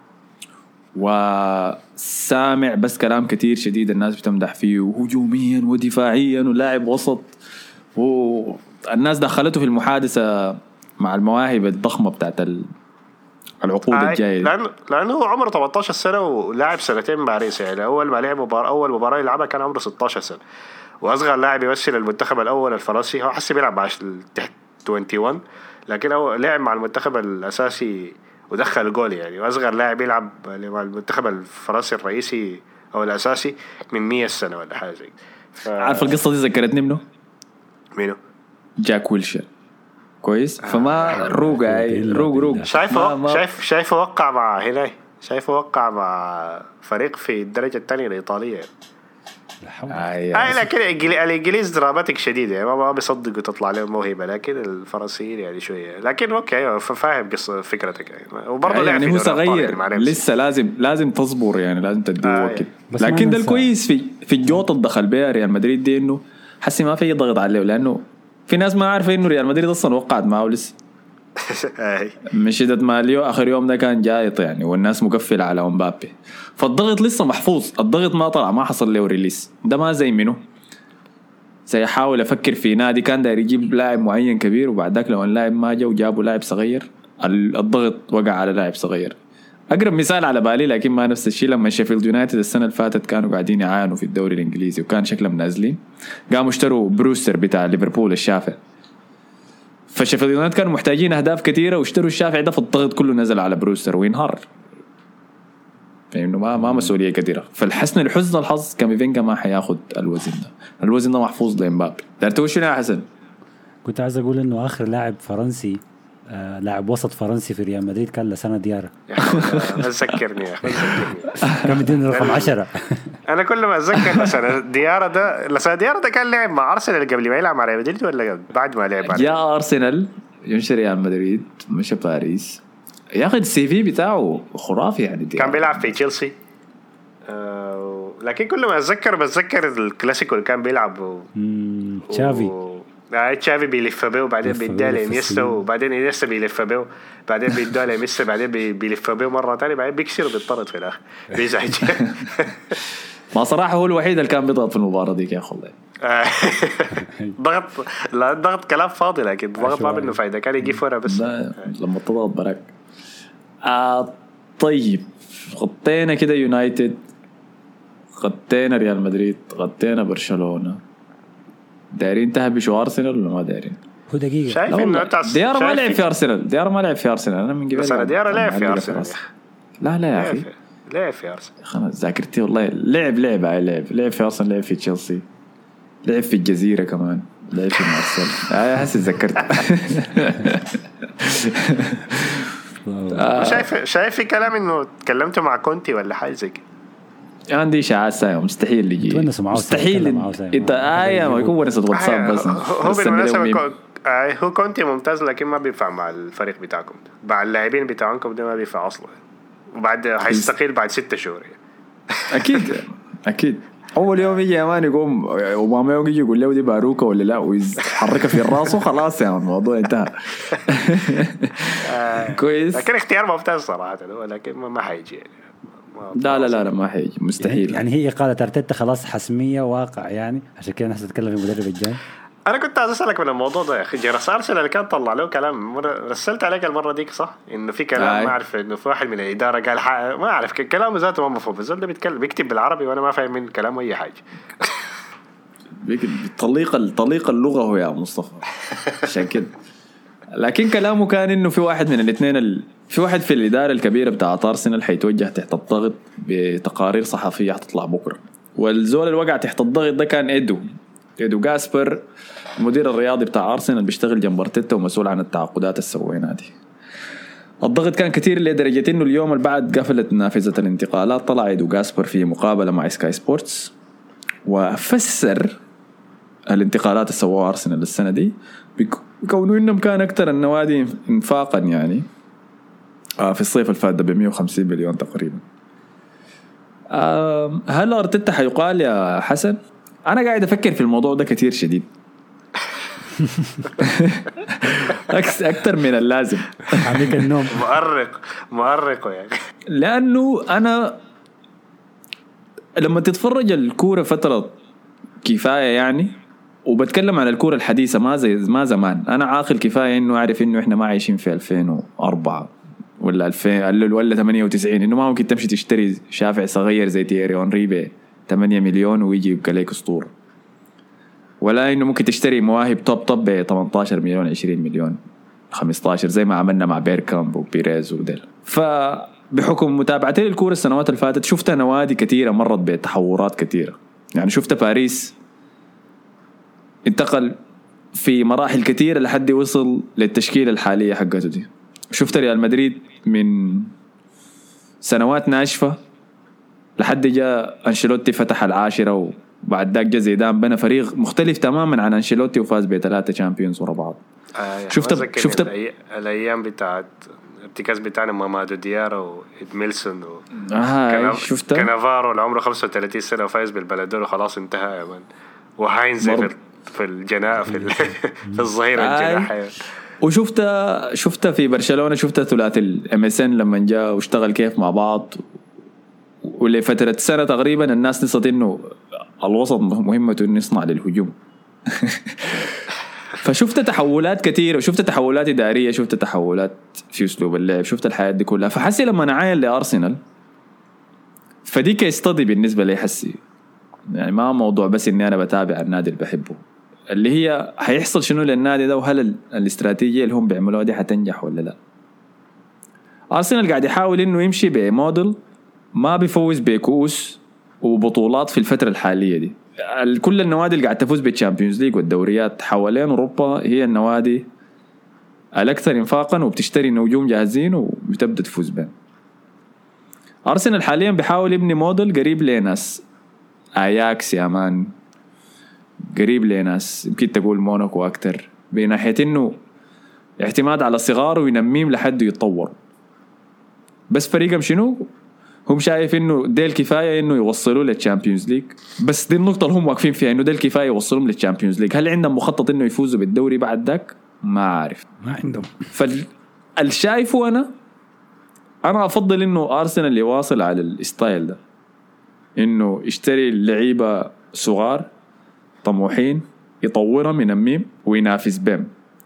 وسامع بس كلام كتير شديد الناس بتمدح فيه هجوميا ودفاعيا ولاعب وسط، والناس دخلته في المحادثة مع المواهب الضخمة بتاعت العقود الجاية، لأنه لأنه هو عمره ثمانية عشر سنة ولاعب سنتين باريس يعني. أول ما لعب مباراة أول مباراة يلعبها كان عمره ستة عشر سنة، وأصغر لاعب يمثل المنتخب الأول الفرنسي هو حسي بيلعب مع تحت واحد وعشرين، لكن هو لعب مع المنتخب الأساسي ودخل جول يعني، واصغر لاعب يلعب مع المنتخب الفرنسي الرئيسي او الاساسي من مية سنه ولا حاجه زي. ف... عارف القصه دي ذكرتني منه مينو جاك ويلشر كويس. فما روق روق روق شايفه ما... شايف شايفه وقع مع هنا شايفه وقع مع فريق في الدرجه الثانيه الايطاليه يعني. اي آه لكن الانجليز دراماتيك شديد يعني، ما بيصدقوا تطلع لهم موهبه، لكن الفرنسيين يعني شويه، لكن اوكي فاهم قصه فكرتك يعني. وبرضه يعني هو صغير لسه لازم لازم تصبر يعني، لازم تديه آه وقت. لكن ده الكويس في في الجوطه الدخل بها ريال مدريد دي انه حسي ما في ضغط عليه، لانه في ناس ما عارفه انه ريال مدريد اصلا وقعت معه لسه مشيت ماليو اخر يوم ده كان جايط يعني، والناس مقفله على امبابي، فالضغط لسه محفوظ، الضغط ما طلع ما حصل له ريليس. ده ما زي منه سيحاول افكر في نادي كان داير يجيب لاعب معين كبير، وبعد ذاك لو اللاعب ما جا وجابوا لاعب صغير الضغط وقع على لاعب صغير. اقرب مثال على بالي لكن ما نفس الشيء، لما شيفيلد يونايتد السنه اللي فاتت كانوا قاعدين يعانوا في الدوري الانجليزي وكان شكلهم نازلين، قاموا اشتروا بروستر بتاع ليفربول الشافع، فالشيفيلد يونايتد كانوا محتاجين اهداف كثيره واشتروا الشافعي ده، فالضغط كله نزل على بروستر وينهار. فإنه ما ما مسؤوليه كثيره. فالحسن لحسن الحظ كاميفينجا ما حياخد الوزن ده، الوزن ده محفوظ لإمبابي. دارتو شنو يا حسن؟ كنت عايز اقول انه اخر لاعب فرنسي آه لاعب وسط فرنسي في ريال مدريد كان لسانة ديارة. ذكرني يا اخي كان مدينة رقم عشرة. انا كل ما اتذكر لسانة ديارة ده لسانة ديارة ده كان لعب مع ارسنال قبل ما يلعب مع ريال مدريد ولا بعد ما لعب؟ يا ارسنال يمشي ريال مدريد مشى باريس. يا اخي السي في بتاعه خرافي يعني. كان بيلعب في تشيلسي آه لكن كل ما اتذكر بتذكر الكلاسيكو اللي كان بيلعب تشافي و... آه تشافي بيلف بيه وبعدين بيديه لإنيستا وبعدين إنيستا بيلف بيه بعدين بيديه لميسي بعدين بيلف بيه مرة تانية بعدين بيكسر وبيطرد في الآخر بيزعج. ما صراحة هو الوحيد اللي كان بيضغط في المباراة دي يا أخي. ضغط لا ضغط كلام فاضي لكن ضغط ما منه فايدة كان يجي فورة بس لما تضغط براك. آه طيب غطينا كده يونايتد، غطينا ريال مدريد، غطينا برشلونة. دايرين تهبشوا أرسنال ولا ما دايرين؟ هو دقيقة شايف إنه ديارة ما لعب في أرسنال. ديارة ما لعب في أرسنال. أنا من قبل بس أنا ديارة لعب في أرسنال. لا لا يا أخي لعب في أرسنال. خلاص ذاكرتي والله. لعب لعب على لعب لعب في أرسنال، لعب في تشيلسي، لعب في الجزيرة كمان، لعب في مارسيل. آه هسه تذكرت. شايف شايف في كلام إنه تكلمتوا مع كونتي ولا حاجة زي كده؟ عندي شعار سايم مستحيل يجي، مستحيل انت آية ما يكون ونسة واتساب بس. هو بالمناسبة هو كونتي ممتاز لكن ما بينفع مع الفريق بتاعكم، مع اللاعبين بتاعكم ده ما بينفع أصلا، وبعد هيستقيل بعد ستة شهور. أكيد أكيد. أول يوم يجي أمان يقوم وماما يوم يجي يقول له دي باروكة ولا لا ويحركها في الراس وخلاص يعني الموضوع انتهى. كويس. لكن اختيار ممتاز صراحة لكن ما حيجي يعني. لا لا لا لا ما هيجي مستحيل. يعني هي قالت أرتيتا خلاص حسمية واقع يعني، عشان كده نحن نتكلم في المدرب الجاي. أنا كنت عايز أسألك من الموضوع ده يا أخي. جيرس أرسنال اللي كان طلع له كلام رسلت عليك المرة ديك صح؟ إنه في كلام آه. ما أعرف إنه في واحد من الإدارة قال ما أعرف كلامه ذاته ما مفهوم، بس ده بيتكلم بيكتب بالعربي وأنا ما فاهم من كلامه أي حاجة. بالطريقة طريقة اللغة هو يا مصطفى عشان كده. لكن كلامه كان إنه في واحد من الاثنين ال... في واحد في الإدارة الكبيرة بتاع أرسنال حيتوجه تحت الضغط بتقارير صحفية حتطلع بكرة، والزول الوقع تحت الضغط ده كان إيدو إيدو غاسبر المدير الرياضي بتاع أرسنال، بيشتغل جنب أرتيتا ومسؤول عن التعاقدات السوينات دي. الضغط كان كتير لدرجة إنه اليوم اللي بعد قفلت نافذة الانتقالات طلع إيدو غاسبر في مقابلة مع سكاي سبورتس وفسر الانتقالات اللي سووها أرسنال السنة دي بيكونوا إنهم كان أكتر النوادي انفاقا يعني في الصيف الفات ده بمية وخمسين مليون تقريبا. هل أرتيتا حيقال يا حسن؟ أنا قاعد أفكر في الموضوع ده كتير شديد. أكثر من اللازم. عليك النوم. مؤرق مؤرق يعني. لأنه أنا لما تتفرج الكورة فترة كفاية يعني، وبتكلم عن الكورة الحديثة ما زي ما زمان. أنا عاقل كفاية إنه أعرف إنه إحنا ما عايشين في ألفين وأربعة ولا ألفين ولا ثمانية وتسعين، إنه ما ممكن تمشي تشتري شافع صغير زي تييري أونري ب ثمانية مليون ويجي يبقى لك أسطورة، ولا إنه ممكن تشتري مواهب طب طب ب ثمانية عشر مليون عشرين مليون خمسة عشر زي ما عملنا مع بيركامب وبيريز وديل. فبحكم متابعتي للكورة السنوات اللي فاتت شفت نوادي كثيرة مرت بتحورات كثيرة. يعني شفت باريس انتقل في مراحل كثيرة لحد يوصل للتشكيلة الحالية حقته دي. شفت ريال مدريد من سنوات ناشفة لحد جاء أنشيلوتي فتح العاشرة، وبعد ذاك جاء زيدان بنى فريق مختلف تماما عن أنشيلوتي وفاز بثلاثة شامبيونز ورا بعض. آه شفت شفت الأي... الأيام بتاعت ابتكاس بتاعنا مامادو ديارو وإدميلسون و... آه كان... شفت كانافارو اللي عمره خمسة وثلاثين سنة وفايز بالبلدور وخلاص انتهى يا من. وهاينز في في الجناح في, ال... في الظهير آه الجناح. وشفت شفت في برشلونة شفت ثلاثي الام اس ان لما جاء واشتغل كيف مع بعض، ولفترة سنة تقريبا الناس نسيت انه الوسط مهمته انه يصنع للهجوم. فشفت تحولات كثيرة وشفت تحولات إدارية، شفت تحولات في أسلوب اللعب، شفت الحياة دي كلها. فحسي لما أنا عاين لأرسنال فدي كيستضي بالنسبة لي حسي يعني ما موضوع بس إني أنا بتابع النادي اللي بحبه. اللي هي هيحصل شنو للنادي ده، وهل ال- الاستراتيجية اللي هم بيعملوها دي حتنجح ولا لا. أرسنال قاعد يحاول إنه يمشي بموديل ما بيفوز بكؤوس وبطولات في الفترة الحالية دي. ال- كل النوادي اللي قاعد تفوز بالشامبيونز ليج والدوريات حوالين أوروبا هي النوادي الأكثر إنفاقا وبتشتري نجوم جاهزين وبتبدأ تفوز بهم. أرسنال حاليا بيحاول يبني موديل قريب لناس أياكس يا مان، قريب لناس يمكن تقول موناكو أكتر، بناحية إنه اعتماد على صغار وينميم لحد يتطور. بس فريقهم شنو؟ هم شايف إنه ده الكفاية إنه يوصلوا للشامبيونز ليج، بس دي النقطة اللي هم واقفين فيها، إنه ده الكفاية يوصلهم للشامبيونز ليج. هل عندهم مخطط إنه يفوزوا بالدوري بعد ذاك؟ ما عارف. ما عندهم. فالشايفه أنا أنا أفضل إنه أرسنال يواصل على الستايل ده، إنه يشتري اللعيبة صغار طموحين يطورهم ينميم وينافس بهم.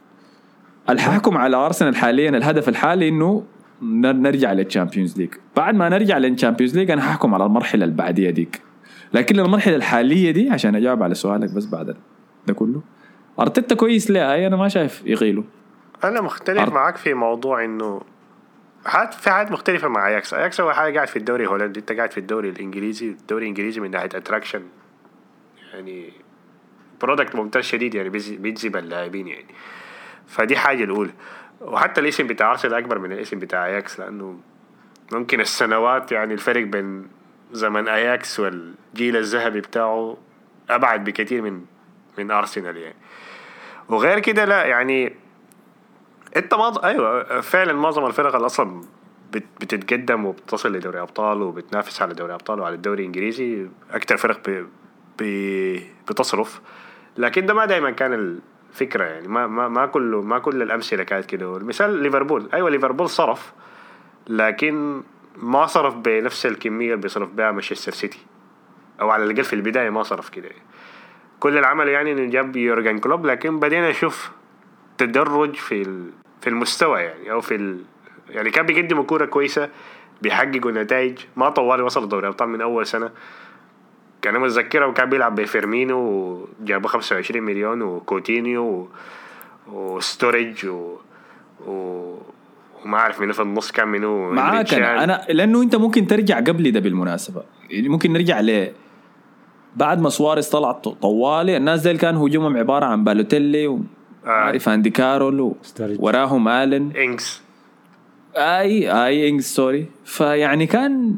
الحكم على أرسنال حاليا الهدف الحالي إنه نرجع للشامبيونز ليج. بعد ما نرجع للشامبيونز ليج أنا هحكم على المرحلة البعدية ديك. لكن المرحلة الحالية دي عشان أجاوب على سؤالك بس بعد ده كله، أرتيتا كويس ليه؟ أي أنا ما شايف يغيله. أنا مختلف أر... معك في موضوع إنه حاجات في حاجات مختلفة مع أياكس. أياكس هو حاجة قاعد في الدوري الهولندي، أنت قاعد في الدوري الإنجليزي. الدوري الإنجليزي من ناحية أتراكشن يعني برودكت ممتاز شديد، يعني بيجذب اللاعبين يعني. فدي حاجة الأولى. وحتى الاسم بتاع أرسنال أكبر من الاسم بتاع أياكس، لأنه ممكن السنوات يعني الفرق بين زمن أياكس والجيل الذهبي بتاعه أبعد بكثير من من أرسنال يعني. وغير كده لا يعني انت معظم ايوه فعلا معظم الفرق اللي اصلا بت... بتتقدم وبتصل لدوري ابطال وبتنافس على دوري ابطال وعلى الدوري الانجليزي اكتر فرق ب... ب... بتصرف. لكن ده ما دائما كان الفكره يعني. ما ما ما كله ما كل الامثله كانت كده. المثال ليفربول، ايوه ليفربول صرف لكن ما صرف بنفس الكميه اللي بيصرف بها مانشستر سيتي، او على الاقل في البدايه ما صرف كده. كل العمل يعني انه جاب يورجن كلوب، لكن بدينا نشوف تدرج في في المستوى يعني، او في ال... يعني كان بيقدموا كوره كويسه بيحققوا نتائج. ما طوالي وصل دوري ابطال من اول سنه، كان متذكره وكان بيلعب بفيرمينو وجابوا خمسة وعشرين مليون وكوتينيو و... وستوريج و... و... وما اعرف منو في النص كان منو معاك. أنا, انا لانه انت ممكن ترجع قبل ده بالمناسبه، ممكن نرجع ل بعد ما سواريز طلع طوالي الناس ديل كان هجومهم عباره عن بالوتيلي و عارف آه. عندي كارول وراهم آلن إنجز اي اي إنجز سوري. فيعني كان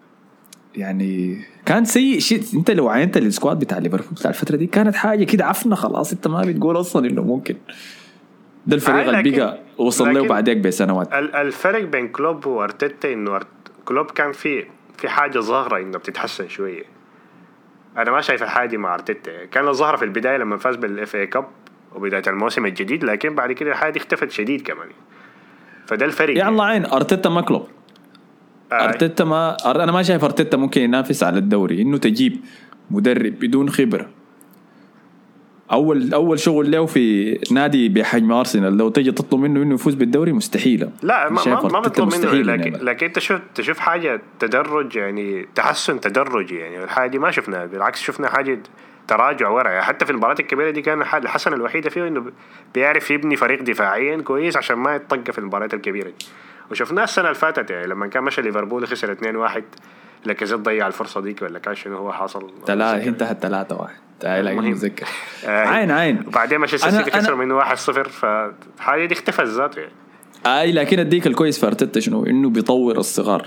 يعني كان سيء شيء. انت لو عينت السكواد بتاع ليفربول بتاع الفتره دي كانت حاجه كده عفنه خلاص. انت ما بتقول اصلا انه ممكن ده الفريق آه اللي بقى وصل له بعدك بسنوات. الفرق بين كلوب وارتيتا انه كلوب كان في في حاجه ظاهره انه بتتحسن شويه. انا ما شايف الحاجه مع ارتيتا. كان ظاهره في البدايه لما فاز بالاف اي كاب وبداية الموسم الجديد، لكن بعد كده الحاجة اختفت شديد كمان. فده الفريق يا الله عين أرتيتا ما كلوب. آه. أرتيتا ما أنا ما شايف أرتيتا ممكن ينافس على الدوري. إنه تجيب مدرب بدون خبرة أول أول شغل له في نادي بحجم أرسنال لو تجي تطلب منه إنه يفوز بالدوري مستحيلة. لا ما ما, ما بطلب منه لكن يعني. لكن تشوف تشوف حاجة تدرج يعني تحسن تدرجي يعني. الحاجة ما شفناها، بالعكس شفنا حاجة تراجع ورا. حتى في المباريات الكبيرة دي كان الحسنة الوحيدة فيه إنه بيعرف يبني فريق دفاعيا كويس عشان ما يتطق في المباريات الكبيرة دي. وشفناه السنة اللي فاتت يعني لما كان مشى ليفربول خسر اثنين واحد لاكازيت ضيع الفرصة ديك ولا كان شنو هو حاصل ثلاثة انتهت ثلاثة واحد تعال متذكر عين عين. وبعدين مانشستر سيتي خسر منه واحد صفر فحاجة دي اختفت ذاته يعني. اي لكن اديك الكويس في ارتيتا شنو انه بيطور الصغار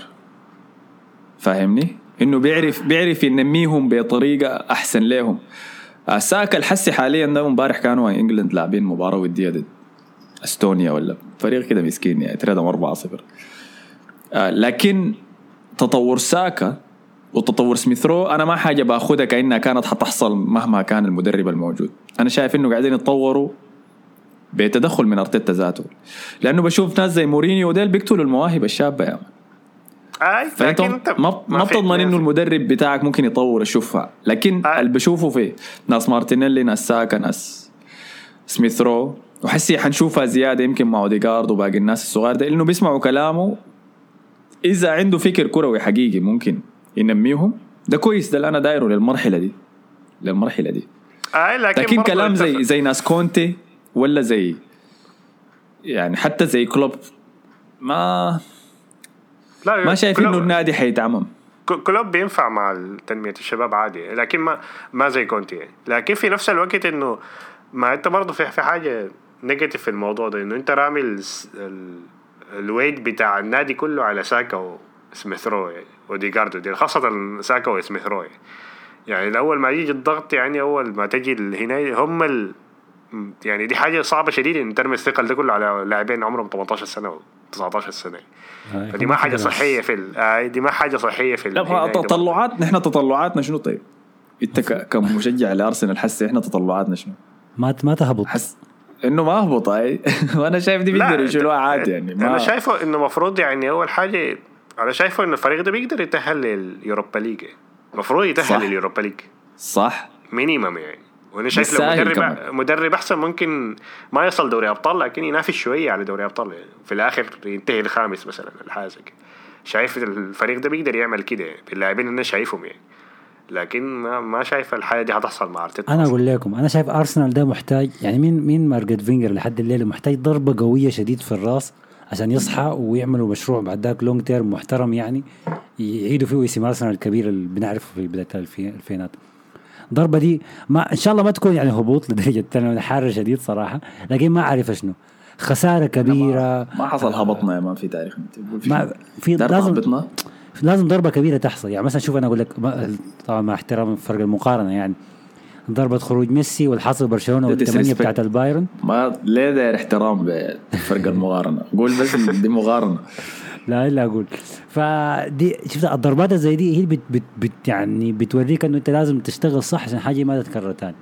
فاهمني انه بيعرف بيعرف ينميهم بطريقة احسن لهم. ساكا الحسي حاليا ده امبارح كانوا انجلند لاعبين مباراة ودية ضد استونيا ولا فريق كده مسكين يعني تريدهم أربعة صفر. لكن تطور ساكا وتطور سميثرو أنا ما حاجة بأخذها كأنها كانت حتحصل مهما كان المدرب الموجود. أنا شايف إنه قاعدين يتطوروا بتدخل من أرتيتا ذاته، لأنه بشوف ناس زي مورينيو وديل بيقتلوا المواهب الشابة يعني. أي لكن ما ما بتضمن إنه المدرب بتاعك ممكن يطور الشوفها. لكن اللي بشوفه فيه ناس مارتينيلي ناس ساكا ناس سميثرو وحسي حنشوفها زيادة يمكن مع أوديغارد وباقي الناس الصغار ده إنه بيسمعوا كلامه. إذا عنده فكر كروي حقيقي ممكن ينميهم. ده كويس. ده اللي أنا دايره للمرحلة دي للمرحلة دي آه لكن, لكن برضو كلام أنت ف- زي زي ناس كونتي ولا زي يعني حتى زي كلوب ما لا ما شايف كلوب- انه النادي حيتعمم. ك- كلوب بينفع مع تنمية الشباب عادي، لكن ما ما زي كونتي يعني. لكن في نفس الوقت انه ما انت برضه في في حاجة نيجاتيف في الموضوع ده، انه انت رامي الس- ال- الويت بتاع النادي كله على ساكا وسميث رو يعني وديجاردو دي، خاصة ساكا وسميث رو يعني. يعني الأول ما يجي الضغط يعني أول ما تجي هنا هم ال يعني دي حاجة صعبة شديدة إن ترمي الثقل ده كله على لاعبين عمرهم ثمانية عشر سنة و تسعة عشر سنة. آه، فدي ما حاجة صحية في ال... آه دي ما حاجة صحية في ال... لا تطلعات نحن تطلعاتنا شنو طيب؟ انت ك- كمشجع لارسنال حس احنا تطلعاتنا شنو؟ ما ما تهبط. حس انه ما اهبط اي وانا شايف دي بيقدروا يشيلوها عادي يعني. ما انا شايفه انه مفروض يعني اول حاجه انا شايفه انه الفريق ده بيقدر يتأهل لليوروبا ليج، المفروض يتأهل صح. لليوروبا ليج صح مينيمم يعني. وانا شايف لو بالساهل مدرب كمان. مدرب احسن ممكن ما يصل دوري ابطال لكن ينافس شويه على دوري ابطال يعني. في الاخر ينتهي الخامس مثلا الحاجه. شايف الفريق ده بيقدر يعمل كده باللاعبين اللي انا شايفهم يعني. لكن ما ما شايف الحاجه دي هتحصل مع ارتيتا. انا اقول لكم انا شايف ارسنال ده محتاج يعني مين مين مارجت فينجر لحد الليله محتاج ضربه قويه شديد في الراس عشان يصحى ويعملوا مشروع بعد ذاك لونج تيرم محترم يعني يعيدوا فيه اسم ارسنال الكبير اللي بنعرفه في بدايه الفينات. ضربه دي ما ان شاء الله ما تكون يعني هبوط لدرجه ثانيه حار شديد صراحه، لكن ما اعرف شنو خساره كبيره. ما حصل هبطنا ما في تاريخ ما في لازم لازم هبطنا لازم ضربه كبيره تحصل يعني. مثلا شوف انا اقول لك ما- طبعا مع احترام فرق المقارنه يعني ضربه خروج ميسي والحصل برشلونه والثمانيه بتاعت البايرن. ما ليه داير احترام بفرق المقارنه قول بس دي مقارنه. لا الا اقول فدي شفت الضربات زي دي هي اللي بت بت بت يعني بتوريك انه انت لازم تشتغل صح عشان حاجه ما تتكرر تاني.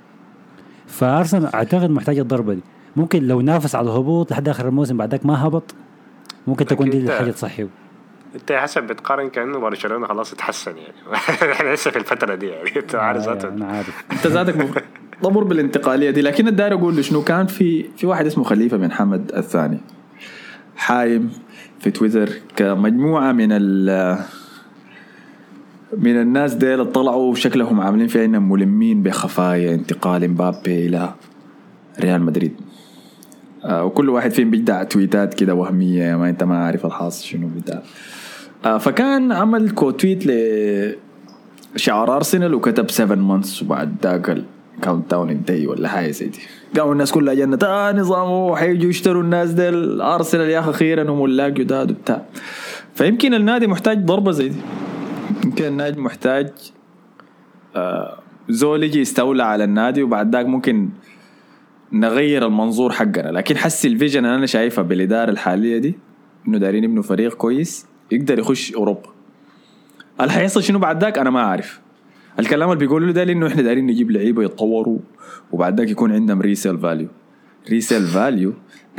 فارسنال اعتقد محتاج الضربه دي. ممكن لو نافس على الهبوط لحد اخر الموسم بعدك ما هبط ممكن تكون دي أكيد. الحاجه تصحيه. انت حسب بتقارن كانه برشلونه خلاص اتحسن يعني. احنا لسه في الفتره دي يعني انت عارف ذاته. انا عارف انت ذاتك مف- ضبر بالانتقاليه دي. لكن الداير اقول شنو كان في في واحد اسمه خليفه بن حمد الثاني حايم في تويتر كمجموعه من ال من الناس ديل طلعوا شكلهم عاملين فيها انهم ملمين بخفايا انتقال مبابي الى ريال مدريد. آه وكل واحد فيهم بيدع تويتات كده وهميه ما انت ما عارف الحاصل شنو بتاع. آه فكان عمل كوتويت لشعار ارسنال وكتب سبعة مانثs وبعد ذاك الكاونت داون انتهي ولا حاجه زي دي. قاموا الناس كلها جنة آه نظامه حيجوا يشتروا الناس ديل ارسنال يا اخي اخيرا هم اللاق جداد وبتاع. فيمكن النادي محتاج ضربه زي دي. يمكن النادي محتاج آه زول يجي يستولى على النادي وبعد ذاك ممكن نغير المنظور حقنا. لكن حسي الفيجن انا شايفها بالاداره الحاليه دي انه دايرين يبنوا فريق كويس يقدر يخش اوروبا. اللي حيحصل شنو بعد ذاك انا ما اعرف. الكلام اللي بيقولوا له ده لانه احنا دايرين نجيب لعيبه يتطوروا وبعد ذاك يكون عندهم ريسيل فاليو. ريسيل فاليو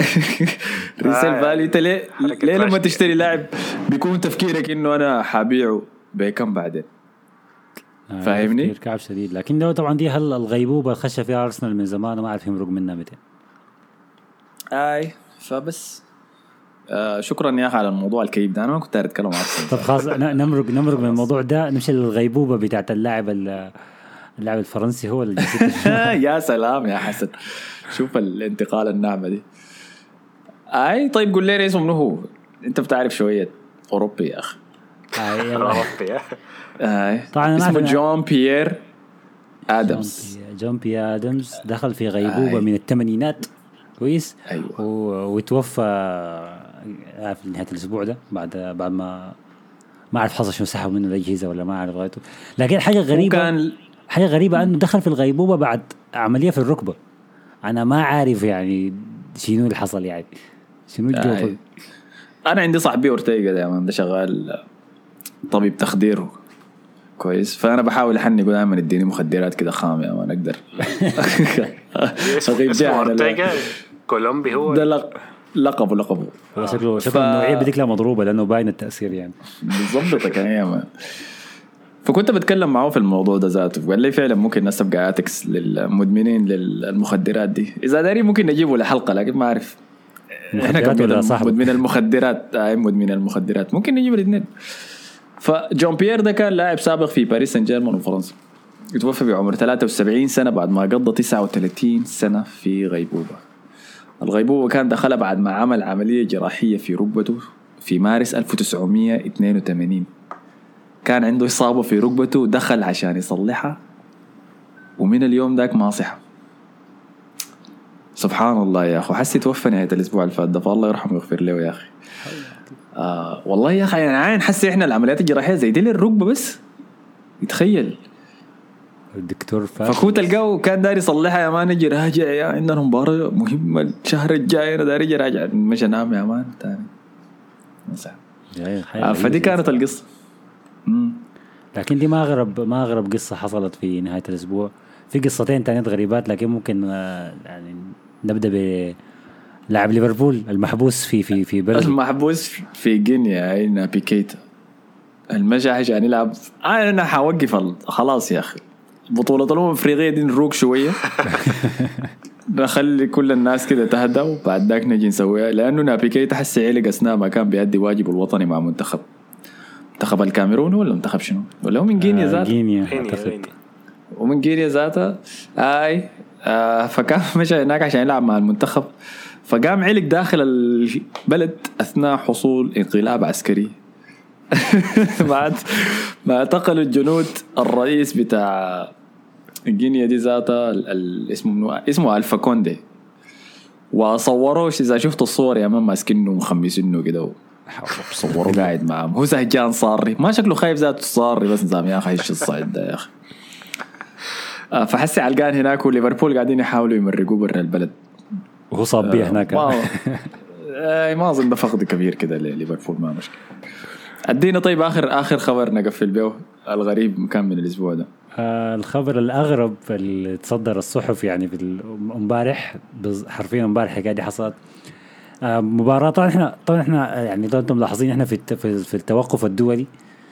ريسيل فاليو انت ليه ليه لما تشتري لاعب بيكون تفكيرك انه انا حبيعه بكم بعدين فاهمني؟ كعب شديد. لكن لو طبعا دي هل الغيبوبه خش فيها ارسنال من زمان وما عارف يمرق منها متى. اي فبس آه شكرا يا اخي على الموضوع الكئيب ده. انا ما كنت اتكلم عن ارسنال. طب خلاص نمرق نمرق من الموضوع ده نمشي للغيبوبه بتاعت اللاعب اللاعب الفرنسي هو اللي يا سلام يا حسن شوف الانتقال النعمه دي. اي طيب قول لي اسمه منو هو؟ انت بتعرف شويه اوروبي يا اخي. اي اوروبي اي طبعا اسمه جون بيير ادمز. جون بيير ادمز دخل في غيبوبه من الثمانينات كويس. ايوه وتوفى في نهايه الاسبوع ده بعد بعد ما ما اعرف حصل شو سحبوا منه الاجهزه ولا ما اعرف غايته. لكن حاجه غريبه كان حاجه غريبه انه دخل في الغيبوبه بعد عمليه في الركبه. انا ما عارف يعني شنو اللي حصل يعني شنو الجو. انا عندي صاحبي اورتيغا دائما ده شغال طبيب تخدير كويس. فانا بحاول احني دائما اديني مخدرات كده خام يا ما نقدر. اسمه اورتيغا كولومبي هو ده لق... لقبه لقبه هو شكله شكله ف... النوعيه بديك لها مضروبه لانه باين التاثير يعني بالضبط يا مان. فكنت بتكلم معه في الموضوع ده ذاته وقال لي فعلا ممكن نسب اتكس للمدمنين للمخدرات دي اذا داري ممكن نجيبه لحلقه لكن ما اعرف احنا كمان مدمن المخدرات اي مدمن المخدرات ممكن نجيب الاثنين. فجون بيير ده كان لاعب سابق في باريس سان جيرمان وفرنسا يتوفى بعمر ثلاثة وسبعين سنة بعد ما قضى تسعة وثلاثين سنة في غيبوبة. الغيبوبة كان دخلها بعد ما عمل عملية جراحية في ركبته في مارس ألف وتسعمية واثنين وثمانين. كان عنده إصابة في ركبته ودخل عشان يصلحها، ومن اليوم داك ما صحة. سبحان الله يا أخو، حسي توفى نهاية الأسبوع الفات ده، فالله يرحمه ويغفر له يا أخي. آه والله يا أخي يعني عين حسي إحنا العمليات الجراحية زي دي للركبة بس، يتخيل الدكتور فكوت الجو كان داري يصلحها يا مان، نجي راجع يا عندنا مباراة مهمة الشهر الجاي، أنا داري راجع مش أنام يا مان تاني مساء. آه فدي كانت القصة. مم. لكن دي ما أغرب ما أغرب قصة حصلت في نهاية الأسبوع. في قصتين تانية غريبات، لكن ممكن يعني نبدأ بلاعب ليفربول المحبوس في في في بلد المحبوس في غينيا هنا بيكيتا المشى عشان يلعب. آه أنا حوقف خلاص يا أخي، بطولة الأمم الأفريقية دي نروق شوية نخلي كل الناس كده تهدى وبعد ذاك نجي نسويها، لأنه نابيكي تحس عيلق أثناء ما كان بيأدي واجب الوطني مع منتخب منتخب الكاميرون ولا منتخب شنو ولا هو من غينيا ذاته. غينيا ومن غينيا ذاته آي آه فكان مشى هناك عشان يلعب مع المنتخب، فقام علق داخل البلد أثناء حصول انقلاب عسكري بعد ما اعتقلوا الجنود الرئيس بتاع غينيا دي ذاته اسمه اسمه ألفا كوندي، وصوروش إذا شفت الصور يا مان ماسكينه ومخمسينه كده صوروا قاعد معهم، هو زهجان صاري ما شكله خايف ذاته صاري بس نظام يا أخي إيش الصعيد ده يا أخي. فحسي علقان هناك وليفربول قاعدين يحاولوا يمرقوا برا البلد وهو صاب بيه هناك. ما ما أظن ده فقد كبير كده لليفربول ما مشكلة. ادينا طيب اخر اخر خبر نقفل به الغريب كان من الاسبوع ده. آه الخبر الاغرب اللي تصدر الصحف يعني في امبارح حرفيا امبارح قاعد حصلت آه مباراه. طبعا احنا طبعا احنا يعني انتم ملاحظين احنا في في التوقف الدولي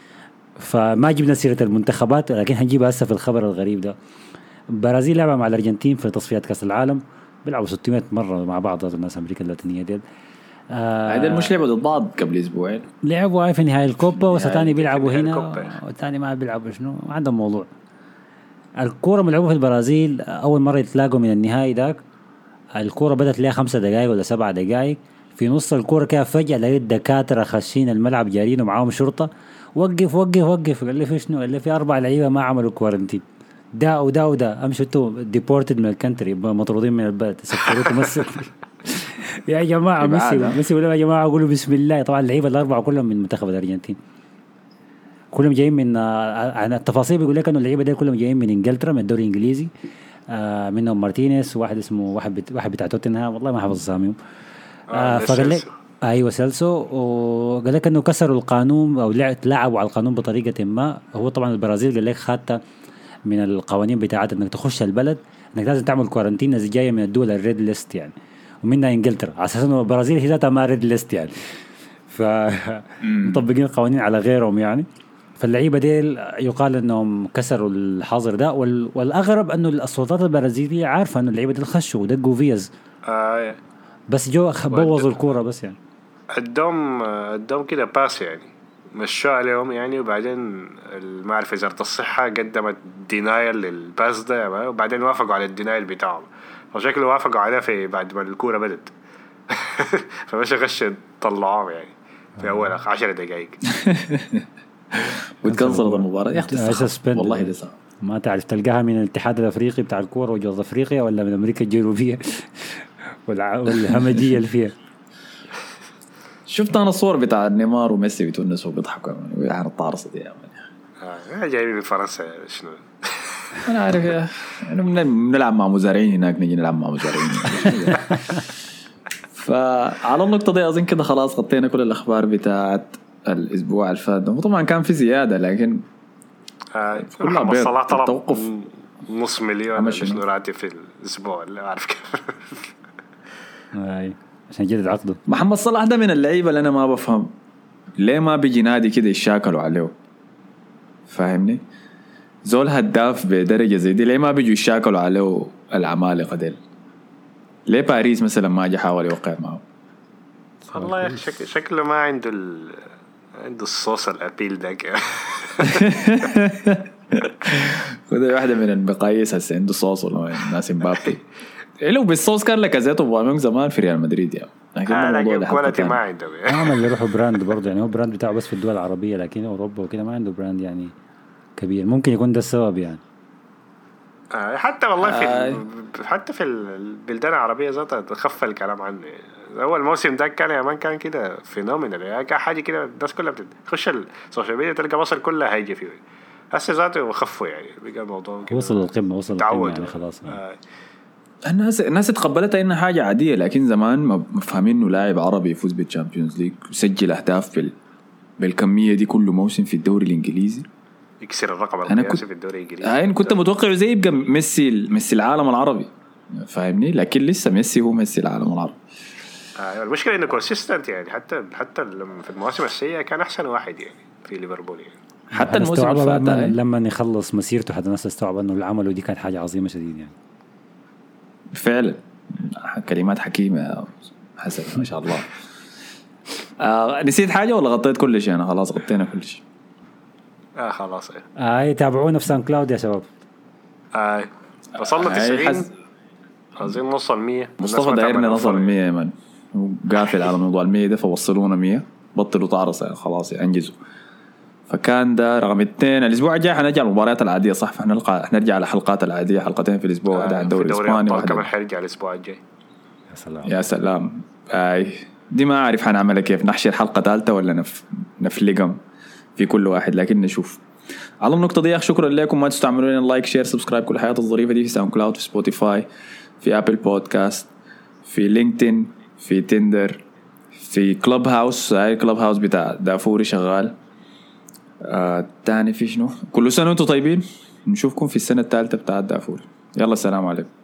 فما جبنا سيره المنتخبات، لكن هنجيبها هسه في الخبر الغريب ده. البرازيل لعبه مع الارجنتين في تصفيات كاس العالم، بيلعبوا ستمية مره مع بعض الناس امريكا اللاتينيه ديل. هذا آه مش لعبوا ضد بعض قبل اسبوعين، لعبوا في نهاية الكوبا وستاني بيلعبوا هنا والثاني ما بيلعبوا شنو ما عندهم موضوع. الكورة ملعوبة في البرازيل أول مرة يتلاقوا من النهائي داك. الكورة بدأت لها خمسة دقائق ولا سبعة دقائق، في نص الكورة كده فجأة لقيت دكاترة خاشين الملعب جارين ومعاهم شرطة، وقف وقف وقف قال لي في شنو؟ قال لي في أربع لعيبة ما عملوا كوارنتين، دا ودا ودا أمشوا انتوا ديبورتد من الكنتري مطرودين من البلد سفروكم مصر. يا جماعة ميسي ميسي ولا يا جماعة قولوا بسم الله. طبعا اللعيبة الأربعة كلهم من منتخب الأرجنتين، كلهم جايين من عن التفاصيل بيقول لك إنه اللعيبة دي كلهم جايين من إنجلترا من الدوري الإنجليزي. آه منهم مارتينيز واحد اسمه واحد بت واحد بتاع توتنهام والله ما حافظ اساميهم. آه فقال لك أيوة سيلسو، وقال لك إنه كسروا القانون أو لعبوا على القانون بطريقة ما. هو طبعا البرازيل قال لك خاطة من القوانين بتاعت إنك تخش البلد إنك لازم تعمل كوارنتين إذا جاية من الدول الريد ليست يعني، ومنها انجلترا على اساس انه البرازيل هي ذاتها ما ريد ليست يعني، فمطبقين القوانين على غيرهم يعني. فاللعيبه دي يقال انهم كسروا الحظر ده، والاغرب انه السلطات البرازيليه عارفه انه اللعيبه دي خشوا ودقوا فيز آه بس جو بوظوا الكوره بس يعني الدوم الدوم كده باس يعني مشوا عليهم يعني. وبعدين ما اعرف وزاره الصحه قدمت دينايل للباس ده وبعدين وافقوا على الدينايل بتاعهم، فشكله وافقوا عليه في بعد ما الكورة بدت فمش غش طلعوهم يعني في أول عشر دقائق وتكنسلت المباراة يا أخي. والله ده صعب، ما تعرف تلقاها من الاتحاد الأفريقي بتاع الكورة وجنوب أفريقيا ولا من أمريكا الجنوبية والهمجية اللي فيها. شفت أنا الصور بتاع نيمار وميسي بيتونسوا وبيضحكوا يعني الطارصة دي يا مان. جايين من فرنسا شنو أنا عارف يا إنه بنلعب مع مزارعين هناك، نيجي نلعب مع مزارعين. فعلى النقطة دي أظن كده خلاص غطينا كل الأخبار بتاعت الأسبوع الفات. وطبعا كان في زيادة لكن آه محمد صلاح طلب نص مليون شنو راتب في الأسبوع اللي أعرف كيف. أي عشان جدد عقده. محمد صلاح ده من اللعيبة اللي أنا ما بفهم ليه ما بيجي نادي كده يشاكلوا عليه، فاهمني؟ زول هداف بدرجة زي دي ليه ما بيجوا يشاكلوا عليه العمالقة ديل؟ ليه باريس مثلا ما جا حاول يوقع معه؟ والله شك... شكله ما عنده ال... عنده الصوص الأبيل ده. وده واحدة من المقاييس هسه عنده صوص ولا ناس مبابي. لو بالصوص كان لك زيت وباميونج زمان في ريال مدريد يعني. لكن الموضوع كواليتي ما عنده. عمل اللي يروحوا براند برضه يعني هو براند بتاعه بس في الدول العربية لكن أوروبا وكده ما عنده براند يعني كبير. ممكن يكون ده السبب يعني. آه حتى والله في آه. حتى في البلدان العربية ذاتها تخفى الكلام عنه. أول موسم ده كان يا مان كان كده فينومينال يعني كان حاجة كده الناس كلها بتخش السوشيال ميديا تلقى مصر كلها هايجة فيه. هسه ذاته وخفوا يعني بقى الموضوع وصل للقمة وصل للقمة يعني خلاص. آه. الناس الناس تقبلتها إنها حاجة عادية لكن زمان ما فاهمين إنه لاعب عربي يفوز بالشامبيونز ليج ويسجل أهداف بال بالكمية دي كل موسم في الدوري الإنجليزي يكسر الرقم القياسي في الدوري الإنجليزي. أنا كنت متوقع زي يبقى ميسي ميسي العالم العربي فاهمني لكن لسه ميسي هو ميسي العالم العربي. آه المشكلة إنه كونسيستنت يعني حتى حتى في المواسم السيئة كان أحسن واحد يعني في ليفربول يعني. حتى الموسم اللي لما يخلص مسيرته حتى الناس استوعب إنه اللي عمله دي كانت حاجة عظيمة شديد يعني. فعلا كلمات حكيمة حسن ما شاء الله. آه نسيت حاجة ولا غطيت كل شيء؟ أنا خلاص غطينا كل شيء. آه خلاص. آه تابعونا في سان كلاود يا شباب. آه وصلنا تسعين. حز... عايزين نوصل مية. مصطفى دايرنا نوصل مية يا مان. وقافل على موضوع المية ده فوصلونا مية. بطلوا تعرص خلاص انجزوا. فكان ده رقم اثنين. الأسبوع الجاي حنرجع المباريات العادية صح فحنلقى حنرجع على الحلقات العادية حلقتين في الأسبوع واحدة على الدوري الإسباني واحدة كمان حنرجع الأسبوع الجاي. يا سلام. يا سلام. أي دي ما أعرف حنعملها كيف نحشر حلقة ثالثة ولا نف نفلقم في كل واحد لكن نشوف. على النقطة دي شكرا لكم ما تستعملون اللايك شير سبسكرايب كل الحياة الظريفة دي في ساوند كلاود في سبوتيفاي في أبل بودكاست في لينكدين في تندر في كلوب هاوس. هاي كلوب هاوس بتاع دافوري شغال. آه تاني في شنو كل سنة وانتم طيبين. نشوفكم في السنة الثالثة بتاع دافوري. يلا السلام عليكم.